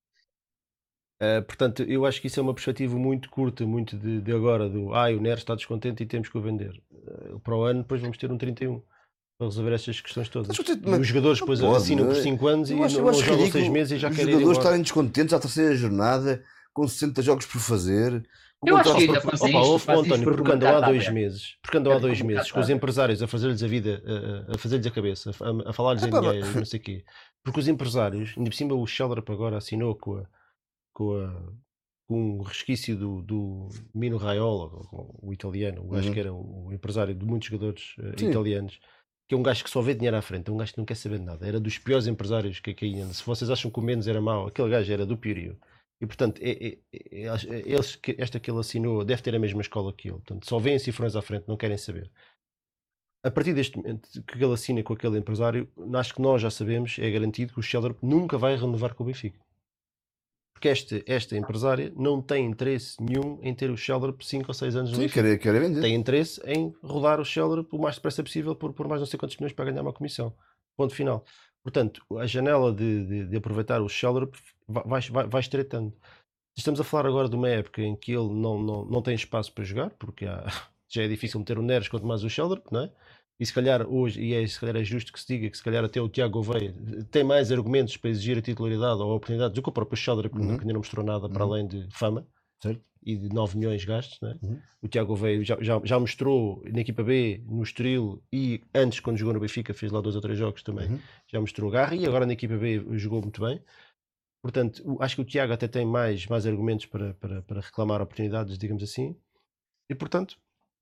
Portanto, eu acho que isso é uma perspectiva muito curta, muito de agora, o Neres está descontente e temos que o vender. Para o ano, depois vamos ter um 31 para resolver estas questões todas. E os jogadores depois assinam por 5 anos e não jogam 6 meses e já os querem ir jogadores embora. estarem descontentes à terceira jornada, com 60 jogos por fazer. Eu acho que ainda fazem isto, António, porque andam há 2 meses, com os está empresários a fazer-lhes a vida, a fazer-lhes a cabeça, a falar-lhes em dinheiro, não sei o quê. Porque os empresários, ainda por cima o Scheller agora assinou com um resquício do Mino Raiola, o italiano, o gajo que era o empresário de muitos jogadores italianos, que é um gajo que só vê dinheiro à frente, é um gajo que não quer saber de nada, era dos piores empresários que ainda. Se vocês acham que o Mendes era mau, aquele gajo era do piorio. E portanto, esta que ele assinou deve ter a mesma escola que ele. Portanto, só veem cifrões à frente, não querem saber. A partir deste momento que ele assina com aquele empresário, acho que nós já sabemos, é garantido que o Scheller nunca vai renovar com o Benfica. Porque esta empresária não tem interesse nenhum em ter o Scheller por 5 ou 6 anos no Benfica. Quer vender. Tem interesse em rodar o Scheller o mais depressa possível por mais não sei quantos milhões para ganhar uma comissão. Ponto final. Portanto, a janela de aproveitar o Scheller vai estreitando. Estamos a falar agora de uma época em que ele não tem espaço para jogar, porque já é difícil meter o Neres quanto mais o Scheller, não é? E se calhar hoje, se calhar é justo que se diga que se calhar até o Tiago Gouveia tem mais argumentos para exigir a titularidade ou a oportunidade do que o próprio Scheller, que ainda não mostrou nada para além de fama, certo? E de 9 milhões gastos, né? O Tiago Gouveia já mostrou na equipa B, no Estoril, e antes quando jogou no Benfica fez lá 2 ou 3 jogos também, já mostrou garra, e agora na equipa B jogou muito bem. Portanto, acho que o Tiago até tem mais argumentos para reclamar oportunidades, digamos assim, e portanto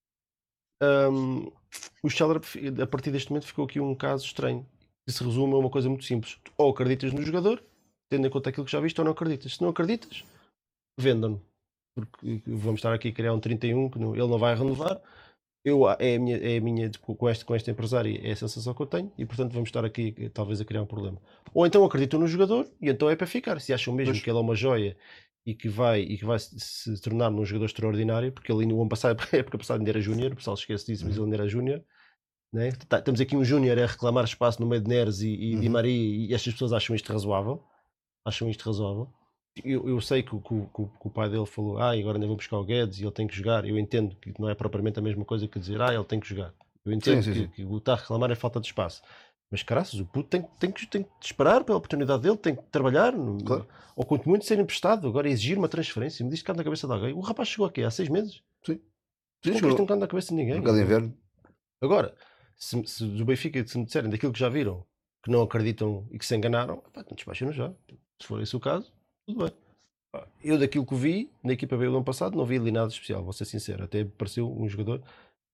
o Scheller a partir deste momento ficou aqui um caso estranho, que se resume a uma coisa muito simples: ou acreditas no jogador, tendo em conta aquilo que já viste, ou não acreditas. Se não acreditas, vendam-no. Porque vamos estar aqui a criar um 31 que ele não vai renovar. É a minha com este empresário, é a sensação que eu tenho, e portanto vamos estar aqui talvez a criar um problema. Ou então acreditam no jogador e então é para ficar. Se acham mesmo que ele é uma joia e que vai se tornar num jogador extraordinário, porque ele no ano passado, época passada ainda era júnior, o pessoal esquece disso, mas ele ainda era júnior. Né? Temos aqui um júnior a reclamar espaço no meio de Neres e Di Maria, e estas pessoas acham isto razoável. Eu sei que o pai dele falou, agora ainda vou buscar o Guedes e ele tem que jogar. Eu entendo que não é propriamente a mesma coisa que dizer, ele tem que jogar. Eu entendo que o que está a reclamar é falta de espaço. Mas caraças, o puto tem que esperar pela oportunidade dele, tem que trabalhar, Claro. ou quanto muito ser emprestado, agora exigir uma transferência. Me diz que cai na cabeça de alguém. O rapaz chegou aqui há 6 meses. Sim. Não Chegou. isto não cai na cabeça de ninguém. No mercado de inverno. Agora, se do Benfica se me disserem daquilo que já viram, que não acreditam e que se enganaram, então despachem-nos já. Se for esse o caso, tudo bem. Eu daquilo que vi na equipa B do ano passado não vi ali nada especial, vou ser sincero. Até pareceu um jogador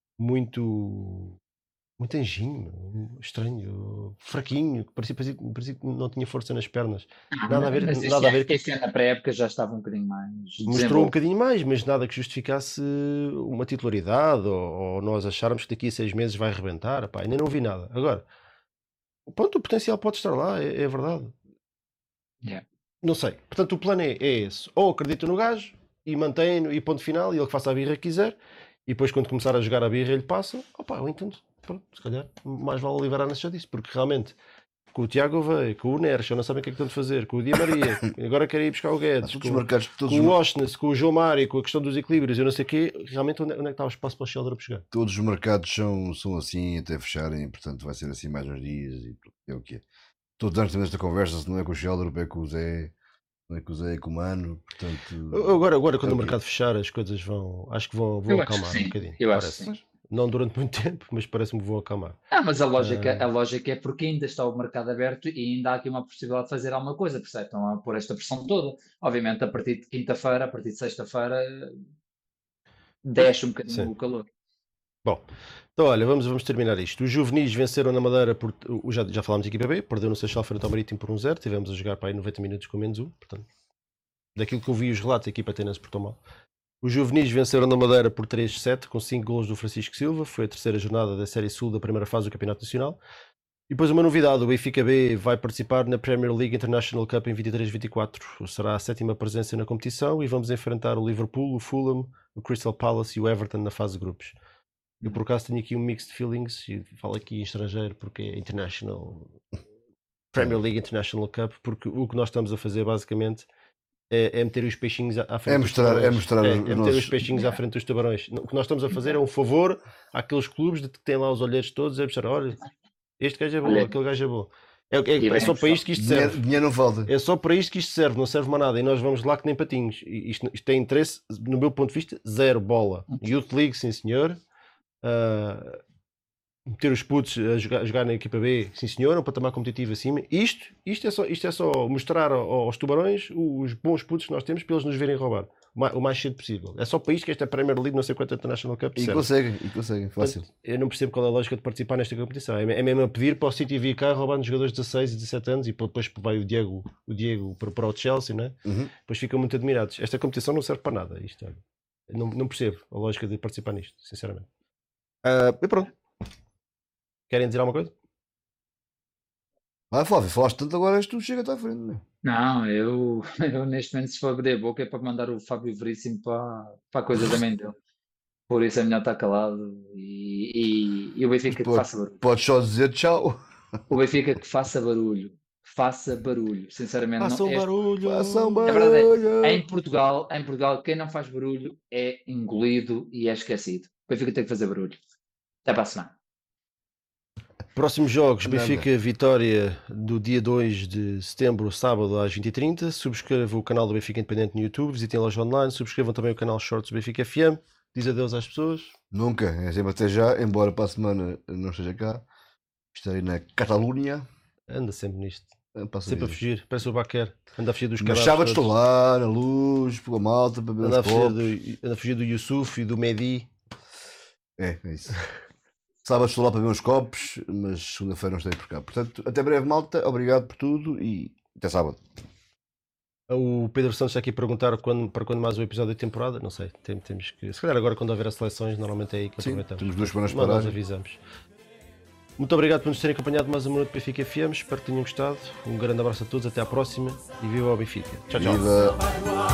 muito anjinho, estranho, fraquinho, parecia que não tinha força nas pernas. Nada a ver, Mas nada a ver. este ano na pré-época já estava um bocadinho mais Mostrou um desenvolvido. bocadinho mais, mas nada que justificasse uma titularidade ou nós acharmos que daqui a 6 meses vai arrebentar. Epá, ainda não vi nada. Agora, pronto, o potencial pode estar lá, é verdade. Yeah. Não sei. Portanto, o plano é esse. Ou acredito no gajo e mantém-no e ponto final, e ele que faça a birra que quiser, e depois quando começar a jogar a birra ele passa. Eu entendo. Pronto, se calhar mais vale liberar-nos já disso, porque realmente com o Tiago veio, com o Neres, já não sabem o que é que estão de fazer, com o Di Maria, agora querem ir buscar o Guedes, Todos os mercados, todos, com o Oshness, com o João Mário, com a questão dos equilíbrios, eu não sei o quê, realmente onde é que está o espaço para o Sheldon chegar? todos os mercados são assim até fecharem, portanto vai ser assim mais uns dias e é o que é. Todos os anos temos esta conversa, se não é com o Sheldon, é com o Zé, não é com o Zé, é com o Mano, portanto... Agora quando é o o mercado fechar, as coisas acho que vão Eu acho acalmar que sim, um bocadinho. eu acho que Parece. sim. Não durante muito tempo, mas parece-me que vão acalmar. Mas a lógica é porque ainda está o mercado aberto e ainda há aqui uma possibilidade de fazer alguma coisa, percebe? Estão a pôr esta pressão toda. Obviamente, a partir de quinta-feira, a partir de sexta-feira, desce um bocadinho Sim. o calor. Bom, então olha, vamos terminar isto. Os juvenis venceram na Madeira, já falámos de equipa B, perdeu no Seixal frente ao Marítimo por 1-0, tivemos a jogar para aí 90 minutos com menos 1, portanto, daquilo que eu vi os relatos, a equipa até não se portou mal. Os juvenis venceram na Madeira por 3-7, com 5 golos do Francisco Silva, foi a terceira jornada da Série Sul da primeira fase do Campeonato Nacional. E depois uma novidade, o Benfica B vai participar na Premier League International Cup em 23-24, será a 7ª presença na competição e vamos enfrentar o Liverpool, o Fulham, o Crystal Palace e o Everton na fase de grupos. Eu por acaso tenho aqui um mixed feelings, e falo aqui em estrangeiro porque é International Premier League International Cup, porque o que nós estamos a fazer basicamente é meter os peixinhos à frente dos tubarões. É meter os peixinhos à frente dos tubarões. O que nós estamos a fazer é um favor àqueles clubes que têm lá os olheiros todos a mostrar, olha, este gajo é bom, aquele gajo é bom. É só para isto que isto serve. Dinheiro não falta. É só para isto que isto serve, não serve mais nada. E nós vamos lá que nem patinhos. Isto tem interesse, no meu ponto de vista, zero bola. Youth League, sim senhor. Meter os putos a jogar na equipa B, sim senhor, um patamar competitivo acima. Isto é só mostrar aos tubarões os bons putos que nós temos para eles nos verem roubar o mais cedo possível. É só para isto que esta Premier League, não sei quanto International Cup E conseguem, fácil. Portanto, eu não percebo qual é a lógica de participar nesta competição. É mesmo a pedir para o City vir cá roubar nos jogadores de 16 e 17 anos e depois vai o Diego para o Chelsea, né? Depois ficam muito admirados. Esta competição não serve para nada. Não percebo a lógica de participar nisto, sinceramente. E pronto. Querem dizer alguma coisa? Flávio, falaste tanto agora, és tu chega-te à frente, não é? Não, eu neste momento, se for abrir a boca, é para mandar o Fábio Veríssimo para a coisa também dele. Por isso é melhor estar calado e o Benfica que faça barulho. Podes só dizer tchau. O Benfica que faça barulho. Faça barulho. Sinceramente, Façam barulho. Façam A verdade barulho. em Portugal, quem não faz barulho é engolido e é esquecido. O Benfica tem que fazer barulho. Até para a semana. Próximos jogos, Benfica Vitória do dia 2 de setembro, sábado às 20h30. Subscrevam o canal do Benfica Independente no YouTube, visitem a loja online, subscrevam também o canal Shorts do Benfica FM. Diz adeus às pessoas. Nunca, é sempre até já, embora para a semana não esteja cá. Estarei na Catalunha. Anda sempre nisto. Sempre a fugir, parece o Baquer. Anda a fugir dos caras. caras. Mas sábado estou lá, na luz, pela malta, para beber anda a fugir do Yusuf e do Mehdi. É isso. Sábado estou lá para ver uns copos, mas segunda-feira não estarei por cá. Portanto, até breve, malta. Obrigado por tudo e até sábado. O Pedro Santos está aqui a perguntar para quando mais o episódio da temporada. Não sei, temos que. Se calhar agora quando houver as seleções, normalmente é aí que Sim, aproveitamos. temos 2 semanas Mas para nós dar. avisamos. Muito obrigado por nos terem acompanhado mais uma noite do Benfica FM. Espero que tenham gostado. Um grande abraço a todos, até à próxima e viva o Benfica. Tchau, tchau. Viva!